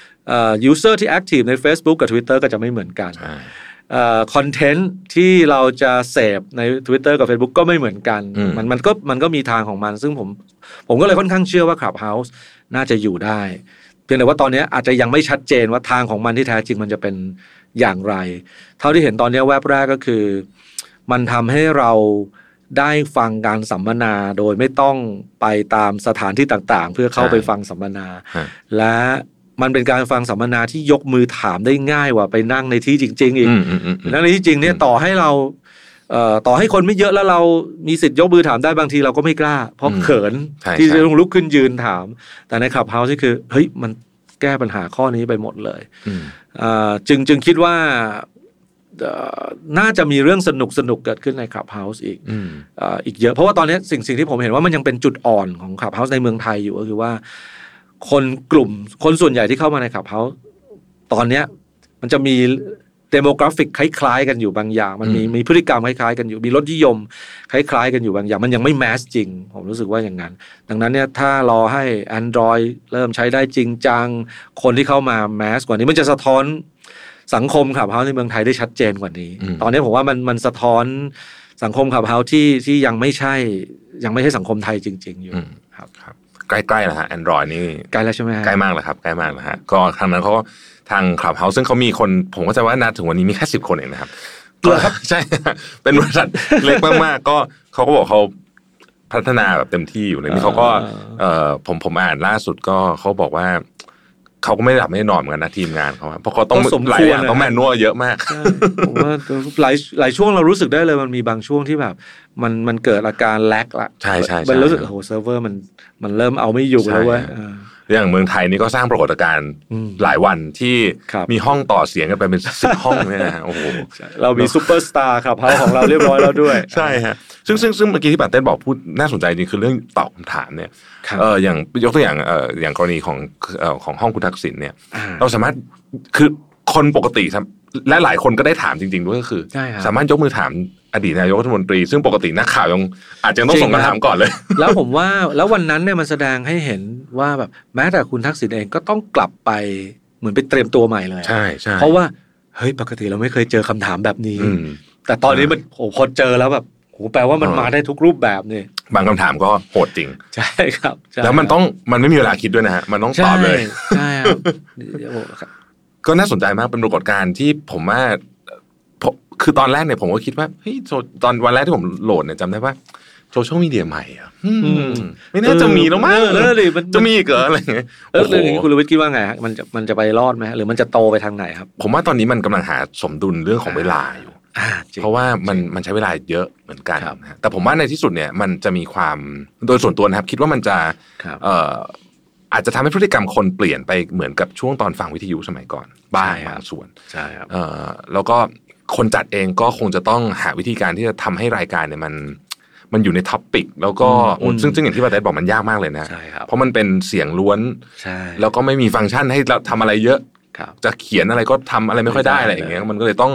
user ที่ active ใน Facebook กับ Twitter ก็จะไม่เหมือนกันคอนเทนต์ที่เราจะเสพใน Twitter กับ Facebook ก็ไม่เหมือนกันมันก็มีทางของมันซึ่งผมก็เลยค่อนข้างเชื่อว่า Clubhouse น่าจะอยู่ได้เพียงแต่ว่าตอนนี้อาจจะยังไม่ชัดเจนว่าทางของมันที่แท้จริงมันจะเป็นอย่างไรเท่าที่เห็นตอนนี้แวบแรกก็คือมันทำให้เราได้ฟังการสัมมนาโดยไม่ต้องไปตามสถานที่ต่างๆเพื่อเข้าไปฟังสัมมนาและมันเป็นการฟังสัมมนาที่ยกมือถามได้ง่ายกว่าไปนั่งในที่จริงๆอีกนั่งในที่จริงเนี่ยต่อให้คนไม่เยอะแล้วเรามีสิทธิ์ยกมือถามได้บางทีเราก็ไม่กล้าเพราะเขินที่จะลุกขึ้นยืนถามแต่ใน Clubhouse นี่คือเฮ้ยมันแก้ปัญหาข้อนี้ไปหมดเลยจึงคิดว่าน่าจะมีเรื่องสนุกเกิดขึ้นใน Clubhouse อีกเยอะเพราะว่าตอนนี้สิ่งที่ผมเห็นว่ามันยังเป็นจุดอ่อนของ Clubhouse ในเมืองไทยอยู่ก็คือว่าคนส่วนใหญ่ที่เข้ามาใน Clubhouse ตอนนี้มันจะมีdemographic คล้ายๆกันอยู่บางอย่างมันมีพฤติกรรมคล้ายๆกันอยู่มีรสนิยมคล้ายๆกันอยู่บางอย่างมันยังไม่แมสจริงผมรู้สึกว่าอย่างนั้นดังนั้นเนี่ยถ้ารอให้ Android เริ่มใช้ได้จริงจังคนที่เข้ามาแมสกว่านี้มันจะสะท้อนสังคมClubhouseในเมืองไทยได้ชัดเจนกว่านี้ตอนนี้ผมว่ามันสะท้อนสังคมClubhouseที่ยังไม่ใช่สังคมไทยจริงๆอยู่ครับใกล้ๆแล้วฮะ Android นี่ใกล้แล้วใช่ไหมใกล้มากแล้วครับใกล้มากแล้วฮะก็ทางนั้นเขาทาง Clubhouse ซึ่งเขามีคนผมก็จะว่านัดถึงวันนี้มีแค่10 คนเองนะครับครับใช่เป็นบริษัทเล็กมากๆก็เขาก็บอกเขาพัฒนาแบบเต็มที่อยู่เลยนี่เขาก็ผมอ่านล่าสุดก็เขาบอกว่าเขาก็ไม่ได้หลับไม่ได้นอนเหมือนกันนะทีมงานเขาเพราะเขาต้องหลายอย่างต้องแมนนวลเยอะมากผมว่าหลายช่วงเรารู้สึกได้เลยมันมีบางช่วงที่แบบมันเกิดอาการแลกละใช่มันรู้สึกโอ้โหเซิร์ฟเวอร์มันเริ่มเอาไม่อยู่แล้วเว้ยอย่างเมืองไทยนี่ก็สร้างปรากฏการณ์หลายวันที่มีห้องต่อเสียงกันไปเป็น10 ห้องเนี่ยนะโอ้โหเรามีซุปเปอร์สตาร์ครับเฮาของเราเรียบร้อยแล้วด้วยใช่ฮะซึ่งเมื่อกี้ที่ป่าเต้นบอกพูดน่าสนใจจริงคือเรื่องตอบคำถามเนี่ยอย่างยกตัวอย่างกรณีของห้องคุณทักษิณเนี่ยเราสามารถคือคนปกติและหลายคนก็ได้ถามจริงๆด้วยก็คือสามารถยกมือถามอดีตนายกรัฐมนตรีซึ่งปกตินักข่าวยังอาจจะต้องส่งคำถามก่อนเลยแล้วผมว่าแล้ววันนั้นเนี่ยมันแสดงให้เห็นว่าแบบแม้แต่คุณทักษิณเองก็ต้องกลับไปเหมือนไปเตรียมตัวใหม่เลยใช่เพราะว่าเฮ้ยปกติเราไม่เคยเจอคำถามแบบนี้แต่ตอนนี้มันพอเจอแล้วแบบโหแปลว่ามันมาได้ทุกรูปแบบนี่บางคำถามก็โหดจริงใช่ครับแล้วมันไม่มีเวลาคิดด้วยนะฮะมันต้องตอบเลยใช่ครับก็น่าสนใจมากเป็นปรากฏการณ์ที่ผมว่าคือตอนแรกเนี่ยผมก็คิดว่าเฮ้ยตอนวันแรกที่ผมโหลดเนี่ยจำได้ว่าโซเชียลมีเดียใหม่อ่ะไม่น่าจะมีแล้วมั้งจะมีเกิดอะไรเงี้ยเรื่องนี้คุณลุวิทย์คิดว่าไงมันจะไปรอดไหมหรือมันจะโตไปทางไหนครับผมว่าตอนนี้มันกำลังหาสมดุลเรื่องของเวลาอยู่เพราะว่ามันใช้เวลาเยอะเหมือนกันแต่ผมว่าในที่สุดเนี่ยมันจะมีความโดยส่วนตัวนะครับคิดว่ามันจะอาจจะทำให้พฤติกรรมคนเปลี่ยนไปเหมือนกับช่วงตอนฟังวิทยุสมัยก่อนบ้างบางส่วนใช่ครับแล้วก็คนจัดเองก็คงจะต้องหาวิธีการที่จะทำให้รายการเนี่ยมันอยู่ในท็อปปิกแล้วก็ซึ่งอย่างที่ป้าแต๋บอกมันยากมากเลยนะเพราะมันเป็นเสียงล้วนแล้วก็ไม่มีฟังก์ชันให้เราทำอะไรเยอะจะเขียนอะไรก็ทำอะไรไม่ค่อยได้อะไรอย่างเงี้ยมันก็เลยต้อง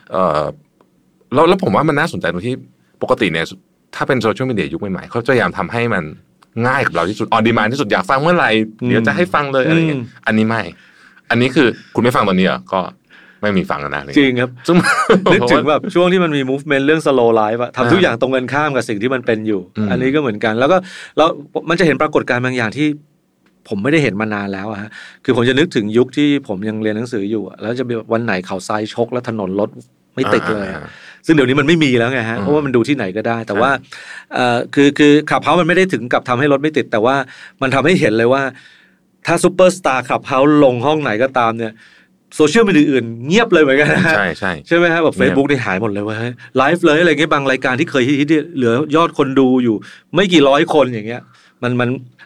แล้วผมว่ามันน่าสนใจตรงที่ปกติเนี่ยถ้าเป็นโซเชียลมีเดียยุคใหม่ๆเขาพยายามทำให้มันง่ายกับเราที่สุดออนดีมานด์ที่สุดอยากฟังเมื่อไหร่เดี๋ยวจะให้ฟังเลยอะไรเงี้ยอันนี้ไม่อันนี้คือคุณไม่ฟังตอนนี้ก็ไม่มีฟังนะจริงครับนึกถึงแบบช่วงที่มันมี movement เรื่อง slow life อะทำทุกอย่างตรงกันข้ามกับสิ่งที่มันเป็นอยู่อันนี้ก็เหมือนกันแล้วมันจะเห็นปรากฏการณ์บางอย่างที่ผมไม่ได้เห็นมานานแล้วอะฮะคือผมจะนึกถึงยุคที่ผมยังเรียนหนังสืออยู่แล้วจะวันไหนเขาทรายชกแล้วถนนรถไม่ติดเลยซึ่งเดี๋ยวนี้มันไม่มีแล้วไงฮะเพราะว่ามันดูที่ไหนก็ได้แต่ว่าคือขับเฮามันไม่ได้ถึงกับทำให้รถไม่ติดแต่ว่ามันทำให้เห็นเลยว่าถ้าซุปเปอร์สตาร์ขับเฮาลงห้องไหนก็ตามเนี่ยโซเชียลมีเดียอื่นเงียบเลยเหมือนกันนะใช่ไหมครับแบบ Facebook นี่หายหมดเลยว่าไลฟ์เลยอะไรเงี้ยบางรายการที่เคยฮิตเหลือยอดคนดูอยู่ไม่กี่ร้อยคนอย่างเงี้ยมัน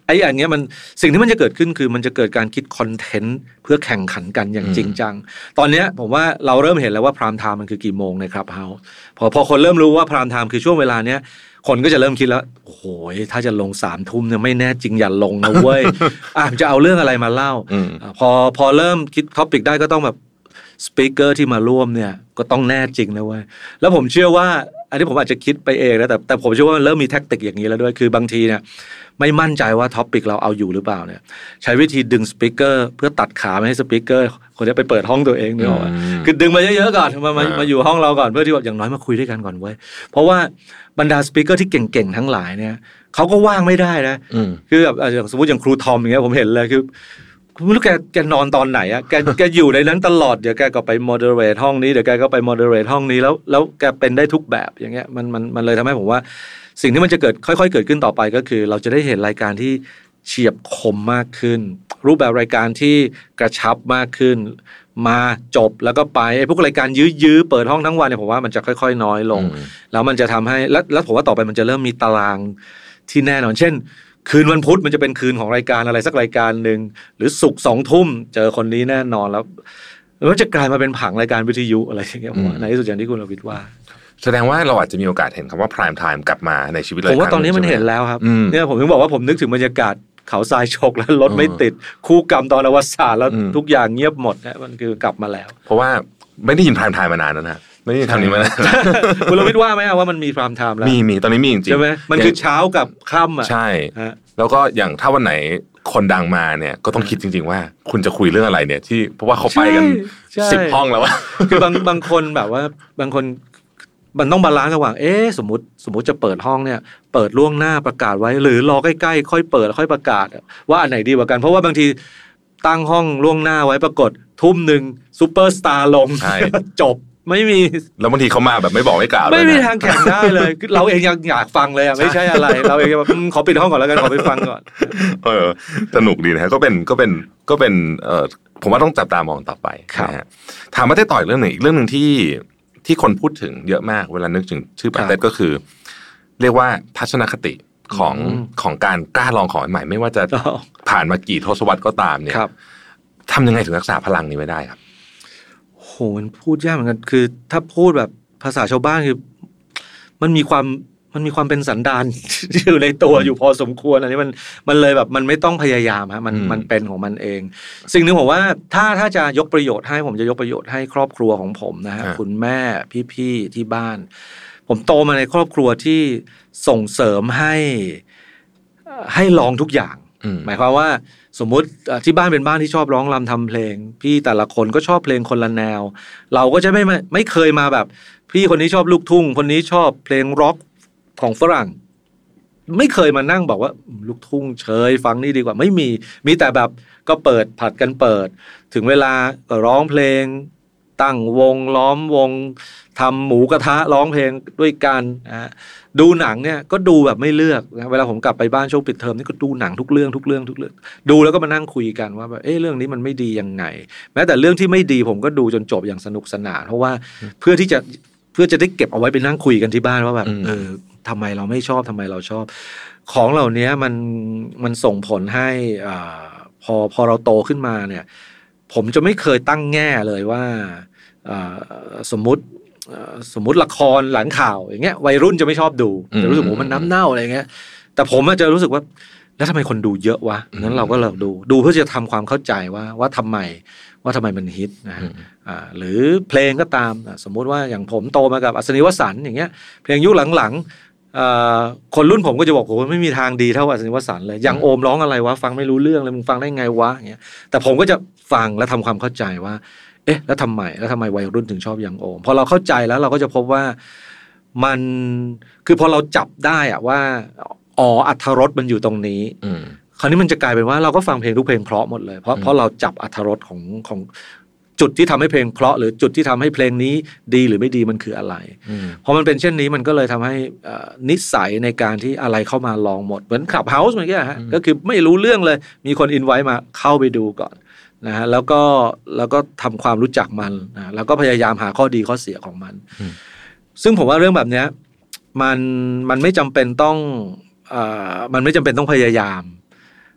ไอ้อย่างเงี้ยมันสิ่งที่มันจะเกิดขึ้นคือมันจะเกิดการคิดคอนเทนต์เพื่อแข่งขันกันอย่างจริงจังตอนเนี้ยผมว่าเราเริ่มเห็นแล้วว่าพรามไทม์มันคือกี่โมงในครับเฮาส์พอคนเริ่มรู้ว่าพรามไทม์คือช่วงเวลาเนี้ยคนก็จะเริ่มคิดแล้วโอ้โหถ้าจะลง3 ทุ่มเนี่ยไม่แน่จริงอย่าลงนะเว้ยจะเอาเรื่องอะไรมาเล่าพอเริ่มคิดท็อปิกได้ก็ต้องแบบสปีกเกอร์ที่มาร่วมเนี่ยก็ต้องแน่จริงนะเว้ยแล้วผมเชื่อว่าอันนี้ผมอาจจะคิดไปเองนะแต่ผมเชื่อว่ามันเริ่มมีแท็กติกอย่างนี้แล้วด้วยคือบางทีเนี่ยไม่มั่นใจว่าท็อปิกเราเอาอยู่หรือเปล่าเนี่ยใช้วิธีดึงสปีกเกอร์เพื่อตัดขาไม่ให้สปีกเกอร์คนนี้ไปเปิดห้องตัวเองเนี่ยคือดึงมาเยอะๆก่อนมาอยู่ห้องเราก่อนเพื่อที่ว่าอย่างน้อยมาคุยด้วยกันก่อนเว้ยเพราะว่าบรรดาสปีกเกอร์ที่เก่งๆทั้งหลายเนี่ยเขาก็ว่างไม่ได้นะคือแบบอย่างสมมติอย่างครูทอมอย่างเงี้ยผมเห็นเลยคือไม่รู้แกนอนตอนไหนอะแกอยู่ในนั้นตลอดเดี๋ยวแกก็ไป moderate ห้องนี้เดี๋ยวแกก็ไป moderate ห้องนี้แล้วแกเป็นได้ทุกแบบอย่างเงี้ยมันเลยทำให้ผมว่าสิ่งที่มันจะเกิดค่อยๆเกิดขึ้นต่อไปก็คือเราจะได้เห็นรายการที่เฉียบคมมากขึ้นรูปแบบรายการที่กระชับมากขึ้นมาจบแล้วก็ไปไอ้พวกรายการยื้อเปิดห้องทั้งวันเนี่ยผมว่ามันจะค่อยๆน้อยลงแล้วมันจะทำให้แล้วผมว่าต่อไปมันจะเริ่มมีตารางที่แน่นอนเช่นคืนวันพุธมันจะเป็นคืนของรายการอะไรสักรายการหนึ่งหรือศุกร์20 ทุ่มเจอคนนี้แน่นอนแล้วมันจะกลายมาเป็นผังรายการวิทยุอะไรอย่างเงี้ยผมว่าในที่สุดอย่างที่คุณรวิทย์ว่าแสดงว่าเราอาจจะมีโอกาสเห็นคำว่า prime time กลับมาในชีวิตเราผมว่าตอนนี้มันเห็นแล้วครับเนี่ยผมถึงบอกว่าผมนึกถึงบรรยากาศเขาทรายชกแล้วรถไม่ติดคู่กรรมตอนอวสานแล้วทุกอย่างเงียบหมดนะมันคือกลับมาแล้วเพราะว่าไม่ได้ยิน prime time มานานแล้วนะไม่ได้ทำนี้มานานคุณรวิทย์ว่าไหมว่ามันมี prime time แล้วมีตอนนี้มีจริงใช่ไหมมันคือเช้ากับค่ำอ่ะใช่แล้วก็อย่างถ้าวันไหนคนดังมาเนี่ยก็ต้องคิดจริงๆว่าคุณจะคุยเรื่องอะไรเนี่ยที่เพราะว่าเขาไปกัน10 ห้องแล้วว่าคือบางคนแบบว่าบางคนมันต้องบาลานซ์ระหว่างสมมติจะเปิดห้องเนี่ยเปิดล่วงหน้าประกาศไว้หรือรอใกล้ๆค่อยเปิดค่อยประกาศว่าอันไหนดีกว่ากันเพราะว่าบางทีตั้งห้องล่วงหน้าไว้ปรากฏทุ่มหนึ่งซุปเปอร์สตาร์ลงจบไม่มีแล้วบางทีเขามาแบบไม่บอกไม่กล่าวไม่มีทางแข่งได้เลยเราเองยังอยากฟังเลยไม่ใช่อะไรเราเองแบบขอปิดห้องก่อนแล้วกันขอไปฟังก่อนสนุกดีนะฮะก็เป็นผมว่าต้องจับตามองต่อไปนะฮะถามมาได้ต่ออีกเรื่องหนึ่งที่คนพูดถึงเยอะมากเวลานึกถึงชื่อปาเต็ดก็คือเรียกว่าทัศนคติของการกล้าลองของใหม่ไม่ว่าจะผ่านมากี่ทศวรรษก็ตามเนี่ยทำยังไงถึงรักษาพลังนี้ไว้ได้ครับโหมันพูดยากเหมือนกันคือถ้าพูดแบบภาษาชาวบ้านคือมันมีความเป็นสันดานอยู่ในตัวอยู่พอสมควรอันนี้มันเลยแบบมันไม่ต้องพยายามฮะมันเป็นของมันเองสิ่งหนึ่งผมว่าถ้าจะยกประโยชน์ให้ผมจะยกประโยชน์ให้ครอบครัวของผมนะฮะคุณแม่พี่ๆที่บ้านผมโตมาในครอบครัวที่ส่งเสริมให้ลองทุกอย่างหมายความว่าสมมุติที่บ้านเป็นบ้านที่ชอบร้องรำทำเพลงพี่แต่ละคนก็ชอบเพลงคนละแนวเราก็จะไม่เคยมาแบบพี่คนนี้ชอบลูกทุ่งคนนี้ชอบเพลงร็อกของฝรั่งไม่เคยมานั่งบอกว่าลูกทุ่งเฉยฟังนี่ดีกว่าไม่มีแต่แบบก็เปิดผัดกันเปิดถึงเวลาก็ร้องเพลงตั้งวงล้อมวงทำหมูกระทะร้องเพลงด้วยกันดูหนังเนี่ยก็ดูแบบไม่เลือกนะเวลาผมกลับไปบ้านช่วงปิดเทอมนี่ก็ดูหนังทุกเรื่องดูแล้วก็มานั่งคุยกันว่าแบบเรื่องนี้มันไม่ดียังไงแม้แต่เรื่องที่ไม่ดีผมก็ดูจนจบอย่างสนุกสนานเพราะว่าเพื่อจะได้เก็บเอาไว้ไปนั่งคุยกันที่บ้านว่าแบบทำไมเราไม่ชอบทำไมเราชอบของเหล่านี้มันส่งผลให้พอเราโตขึ้นมาเนี่ยผมจะไม่เคยตั้งแง่เลยว่าสมมุติละครหลังข่าวอย่างเงี้ยวัยรุ่นจะไม่ชอบดูจะรู้สึกว่ามันน้ำเน่าอะไรเงี้ยแต่ผมจะรู้สึกว่าแล้วทำไมคนดูเยอะวะงั้นเราก็เลิกดูเพื่อจะทำความเข้าใจว่าทำไมมันฮิตนะฮะหรือเพลงก็ตามสมมุติว่าอย่างผมโตมากับอัศนีวสันต์อย่างเงี้ยเพลงยุคหลังๆคนรุ่นผมก็จะบอกโอ้ไม่มีทางดีเท่าอัศนีวสันต์เลยอย่างโอมร้องอะไรวะฟังไม่รู้เรื่องเลยมึงฟังได้ไงวะอย่างเงี้ยแต่ผมก็จะฟังและทำความเข้าใจว่าแล้วทำไมวัยรุ่นถึงชอบยังโอมพอเราเข้าใจแล้วเราก็จะพบว่ามันคือพอเราจับได้อะว่าอรรถรสมันอยู่ตรงนี้คราวนี้มันจะกลายเป็นว่าเราก็ฟังเพลงทุกเพลงเพราะหมดเลยเพราะเราจับอรรถรสของจุดที่ทำให้เพลงเพราะหรือจุดที่ทำให้เพลงนี้ดีหรือไม่ดีมันคืออะไรพอมันเป็นเช่นนี้มันก็เลยทำให้นิสัยในการที่อะไรเข้ามาลองหมดเหมือนขับเฮาส์เหมือนกันฮะก็คือไม่รู้เรื่องเลยมีคนอินไว้มาเข้าไปดูก่อนนะฮะแล้วก็ทำความรู้จักมันนะแล้วก็พยายามหาข้อดีข้อเสียของมันซึ่งผมว่าเรื่องแบบนี้มันไม่จำเป็นต้องพยายาม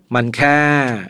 มันแค่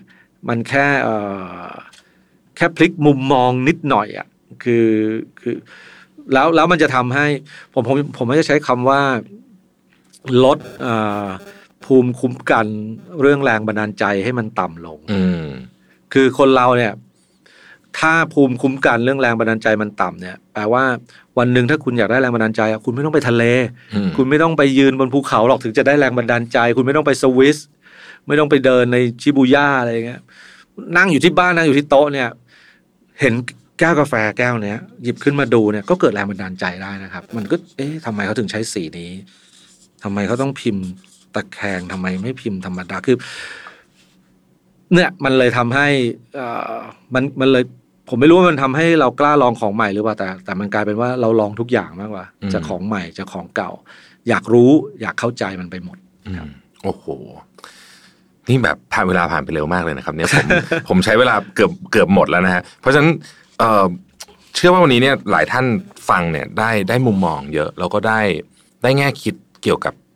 แค่พลิกมุมมองนิดหน่อยอ่ะคือแล้วมันจะทำให้ผมไม่จะใช้คำว่าลดภูมิคุ้มกันเรื่องแรงบันดาลใจให้มันต่ำลงคือคนเราเนี่ยถ้าภูมิคุ้มกันเรื่องแรงบันดาลใจมันต่ำเนี่ยแปลว่าวันหนึ่งถ้าคุณอยากได้แรงบันดาลใจคุณไม่ต้องไปทะเลคุณไม่ต้องไปยืนบนภูเขาหรอกถึงจะได้แรงบันดาลใจคุณไม่ต้องไปสวิสไม่ต้องไปเดินในชิบูย่าอะไรอย่างเงี้ยนั่งอยู่ที่บ้านนั่งอยู่ที่โต๊ะเนี่ยเห็นแก้วกาแฟแก้วเนี้ยหยิบขึ้นมาดูเนี่ยก็เกิดแรงบันดาลใจได้นะครับมันก็ทำไมเขาถึงใช้สีนี้ทำไมเขาต้องพิมพ์ตะแคงทำไมไม่พิมพ์ธรรมดาคือเนี่ยมันเลยทำให้มันเลยผมไม่รู้ว่ามันทำให้เรากล้าลองของใหม่หรือเปล่าแต่มันกลายเป็นว่าเราลองทุกอย่างมากกว่าจะของใหม่จะของเก่าอยากรู้อยากเข้าใจมันไปหมดโอ้โหนี่แบบเวลาผ่านไปเร็วมากเลยนะครับเนี่ยผมใช้เวลาเกือบหมดแล้วนะฮะเพราะฉะนั้นเชื่อว่าวันนี้เนี่ยหลายท่านฟังเนี่ยได้มุมมองเยอะแล้วก็ได้แง่คิดเกี่ยวกับ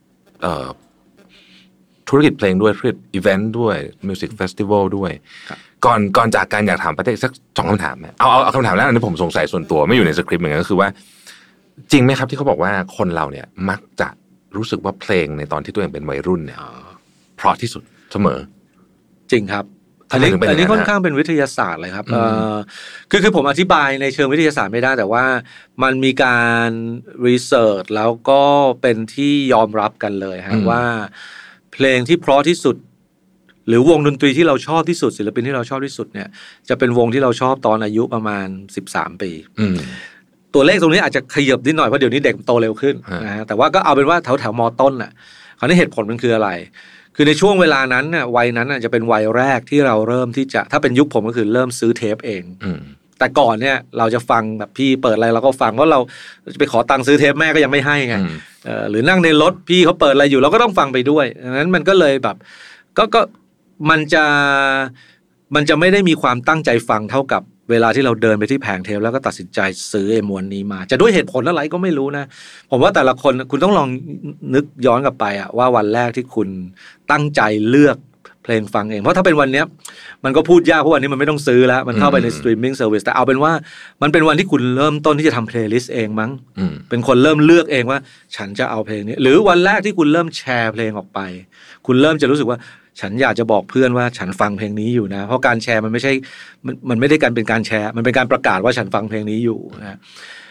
ธุรกิจเพลงด้วยธุรกิจอีเวนต์ด้วยมิวสิกเฟสติวัลด้วยก่อนจากการอยากถามประเทศสัก2คำถามนะเอาคำถามแรกอันนี้ผมสงสัยส่วนตัวไม่อยู่ในสคริปต์เหมือนกันก็คือว่าจริงไหมครับที่เขาบอกว่าคนเราเนี่ยมักจะรู้สึกว่าเพลงในตอนที่ตัวเองเป็นวัยรุ่นเนี่ยเพราะที่สุดเสมอจริงครับอันนี้ค่อนข้างเป็นวิทยาศาสตร์เลยครับคือผมอธิบายในเชิงวิทยาศาสตร์ไม่ได้แต่ว่ามันมีการรีเสิร์ชแล้วก็เป็นที่ยอมรับกันเลยฮะว่าเพลงที่เพราะที่สุดหรือวงดนตรีที่เราชอบที่สุดศิลปินที่เราชอบที่สุดเนี่ยจะเป็นวงที่เราชอบตอนอายุประมาณ13ปีตัวเลขตรงนี้อาจจะขยับนิดหน่อยเพราะเดี๋ยวนี้เด็กโตเร็วขึ้นนะฮะแต่ว่าก็เอาเป็นว่าแถวม.ต้นน่ะคราวนี้เหตุผลมันคืออะไรคือในช่วงเวลานั้นน่ะวัยนั้นน่ะจะเป็นวัยแรกที่เราเริ่มที่จะถ้าเป็นยุคผมก็คือเริ่มซื้อเทปเองแต่ก่อนเนี่ยเราจะฟังแบบพี่เปิดอะไรเราก็ฟังเพราะเราจะไปขอตังค์ซื้อเทปแม่ก็ยังไม่ให้ไงหรือนั่งในรถพี่เขาเปิดอะไรอยู่เราก็ต้องฟังไปด้วยดังนั้นมันก็เลยแบบก็มันจะไม่ได้มีความตั้งใจฟังเท่ากับเวลาที่เราเดินไปที่แผงเทปแล้วก็ตัดสินใจซื้อไอ้ม้วนนี้มาจะด้วยเหตุผลอะไรก็ไม่รู้นะผมว่าแต่ละคนคุณต้องลองนึกย้อนกลับไปอะว่าวันแรกที่คุณตั้งใจเลือกเพลงฟังเองเพราะถ้าเป็นวันนี้มันก็พูดยากเพราะวันนี้มันไม่ต้องซื้อแล้วมันเข้าไปในสตรีมมิ่งเซอร์วิสแต่เอาเป็นว่ามันเป็นวันที่คุณเริ่มต้นที่จะทำเพลย์ลิสต์เองมั้งเป็นคนเริ่มเลือกเองว่าฉันจะเอาเพลงนี้หรือวันแรกที่คุณเริ่มแชร์เพลงออกไปคุณเริ่มจะรู้สึกว่าฉันอยากจะบอกเพื่อนว่าฉันฟังเพลงนี้อยู่นะเพราะการแชร์มันไม่ใช่มันไม่ได้การเป็นการแชร์มันเป็นการประกาศว่าฉันฟังเพลงนี้อยู่นะ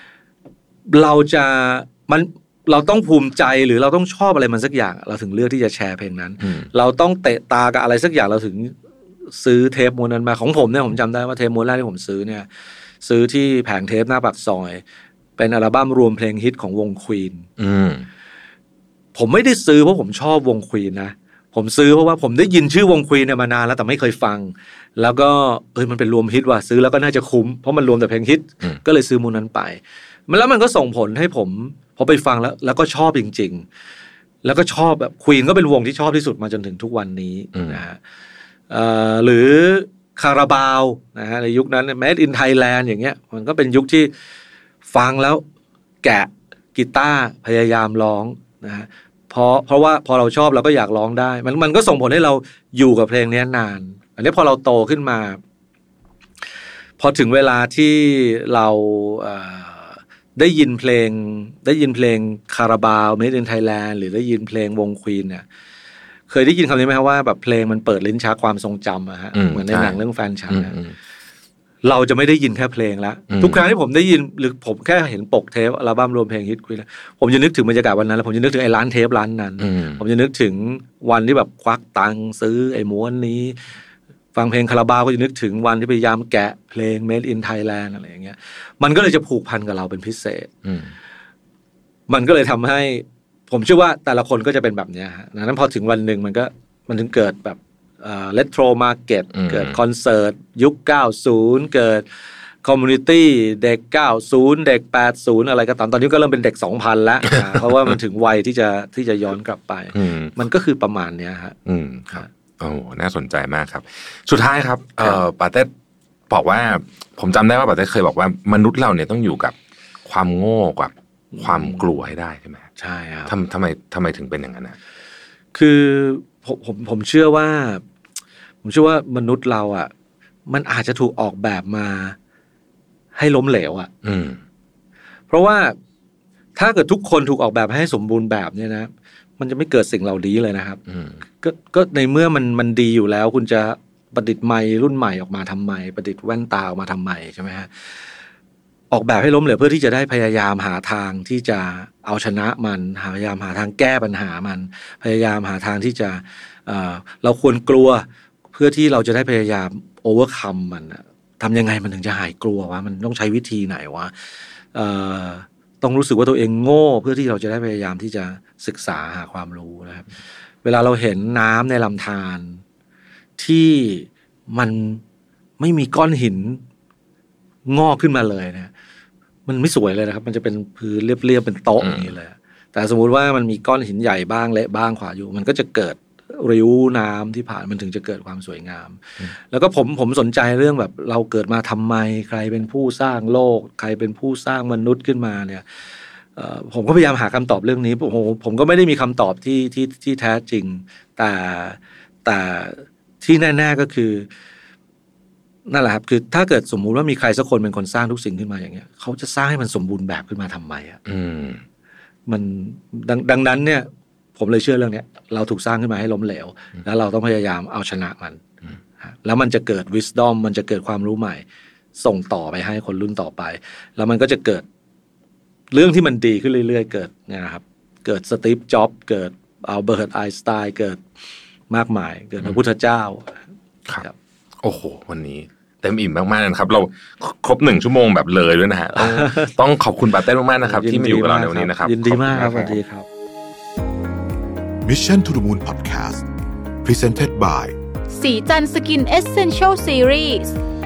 เราต้องภูมิใจหรือเราต้องชอบอะไรมันสักอย่างเราถึงเลือกที่จะแชร์เพลงนั้นเราต้องเตะตากับอะไรสักอย่างเราถึงซื้อเทปม้วนนั้นมาของผมเนี่ยผมจำได้ว่าเทปม้วนแรกที่ผมซื้อเนี่ยซื้อที่แผงเทปหน้าปากซอยเป็นอัลบั้มรวมเพลงฮิตของวงควีนผมไม่ได้ซื้อเพราะผมชอบวงควีนนะผมซื้อเพราะว่าผมได้ยินชื่อวงควีนเนี่ยมานานแล้วแต่ไม่เคยฟังแล้วก็มันเป็นรวมฮิตว่ะซื้อแล้วก็น่าจะคุ้มเพราะมันรวมแต่เพลงฮิตก็เลยซื้อม้วนนั้นไปแล้วมันก็ส่งผลให้ผมพอไปฟังแล้วก็ชอบจริงๆแล้วก็ชอบแบบควีนก็เป็นวงที่ชอบที่สุดมาจนถึงทุกวันนี้นะฮะหรือคาราบาวนะฮะในยุคนั้น Made in Thailand อย่างเงี้ยมันก็เป็นยุคที่ฟังแล้วแกะกีตาร์พยายามร้องนะฮะเพราะว่าพอเราชอบเราก็อยากร้องได้มันก็ส่งผลให้เราอยู่กับเพลงนี้นานอันนี้พอเราโตขึ้นมาพอถึงเวลาที่เราได้ยินเพลงคาราบาว Made in Thailand หรือได้ยินเพลงวงควีนเนี่ยเคยได้ยินคำนี้ไหมครับว่าแบบเพลงมันเปิดลิ้นชักความทรงจำอะฮะเหมือนในหนังเรื่องแฟนฉันนะเราจะไม่ได้ยินแค่เพลงแล้วทุกครั้งที่ผมได้ยินหรือผมแค่เห็นปกเทปอัลบั้มรวมเพลงฮิตควีนผมจะนึกถึงบรรยากาศวันนั้นแล้วผมจะนึกถึงไอ้ร้านเทปร้านนั้นผมจะนึกถึงวันที่แบบควักตังค์ซื้อไอ้ม้วนนี้ฟังเพลงคาราบาวก็จะนึกถึงวันที่พยายามแกะเพลง Made in Thailand อะไรอย่างเงี้ยมันก็เลยจะผูกพันกับเราเป็นพิเศษมันก็เลยทำให้ผมเชื่อว่าแต่ละคนก็จะเป็นแบบนี้ฮะนั้นพอถึงวันหนึ่งมันถึงเกิดแบบเรโทรมาร์เก็ตเกิดคอนเสิร์ตยุค90เกิดคอมมูนิตี้เด็ก90เด็ก80อะไรก็ตอนนี้ก็เริ่มเป็นเด็ก 2000 แล้วเพราะว่ามันถึงวัยที่จะย้อนกลับไปมันก็คือประมาณเนี้ยฮะครับโอ้น่าสนใจมากครับสุดท้ายครับปาเต้บอกว่าผมจำได้ว่าปาเต้เคยบอกว่ามนุษย์เราเนี่ยต้องอยู่กับความโง่กับความกลัวให้ได้ใช่ไหมใช่ครับทำไมถึงเป็นอย่างนั้นนะคือผมเชื่อว่าผมเชื่อว่ามนุษย์เราอ่ะมันอาจจะถูกออกแบบมาให้ล้มเหลวอ่ะเพราะว่าถ้าเกิดทุกคนถูกออกแบบให้สมบูรณ์แบบเนี่ยนะมันจะไม่เกิดสิ่งเหล่านี้เลยนะครับก็ในเมื่อมันดีอยู่แล้วคุณจะประดิษฐ์ไมค์รุ่นใหม่ออกมาทำไมประดิษฐ์แว่นตาออกมาทำไมใช่ไหมฮะออกแบบให้ล้มเหลวเพื่อที่จะได้พยายามหาทางที่จะเอาชนะมันพยายามหาทางแก้ปัญหามันพยายามหาทางที่จะเราควรกลัวเพื่อที่เราจะได้พยายามโอเวอร์คัมมันทำยังไงมันถึงจะหายกลัววะมันต้องใช้วิธีไหนวะต้องรู้สึกว่าตัวเองโง่เพื่อที่เราจะได้พยายามที่จะศึกษาหาความรู้นะครับเวลาเราเห็นน้ำในลำธารที่มันไม่มีก้อนหินงอกขึ้นมาเลยเนี่ยมันไม่สวยเลยนะครับมันจะเป็นพื้นเรียบๆเป็นโต๊ะอย่างนี้เลยแต่สมมุติว่ามันมีก้อนหินใหญ่บ้างเละบ้างขวางอยู่มันก็จะเกิดริ้วน้ำที่ผ่านมันถึงจะเกิดความสวยงามแล้วก็ผมสนใจเรื่องแบบเราเกิดมาทำไมใครเป็นผู้สร้างโลกใครเป็นผู้สร้างมนุษย์ขึ้นมาเนี่ยผมก็พยายามหาคำตอบเรื่องนี้ผมก็ไม่ได้มีคำตอบที่แท้จริงแต่ที่แน่ๆก็คือนั่นแหละครับคือถ้าเกิดสมมุติว่ามีใครสักคนเป็นคนสร้างทุกสิ่งขึ้นมาอย่างเงี้ยเขาจะสร้างให้มันสมบูรณ์แบบขึ้นมาทำไมอ่ะมันดังนั้นเนี่ยผมเลยเชื่อเรื่องนี้เราถูกสร้างขึ้นมาให้ล้มเหลวแล้วเราต้องพยายามเอาชนะมันแล้วมันจะเกิด wisdom มันจะเกิดความรู้ใหม่ส่งต่อไปให้คนรุ่นต่อไปแล้วมันก็จะเกิดเรื่องที่มันดีขึ้นเรื่อยๆเกิดนะครับเกิดสตีฟจ็อบส์เกิดอัลเบิร์ตไอน์สไตน์เกิดมากมายเกิดพระพุทธเจ้าครับโอ้โหวันนี้เต็มอิ่มมากๆนะครับเราครบ1 ชั่วโมงแบบเลยด้วยนะฮะต้องขอบคุณปาเต้มากๆนะครับที่มาอยู่กับเราในวันนี้นะครับยินดีมากครับสวัสดีครับ Mission to the Moon Podcast Presented by สีจันทร์สกินเอสเซนเชียลซีรีส์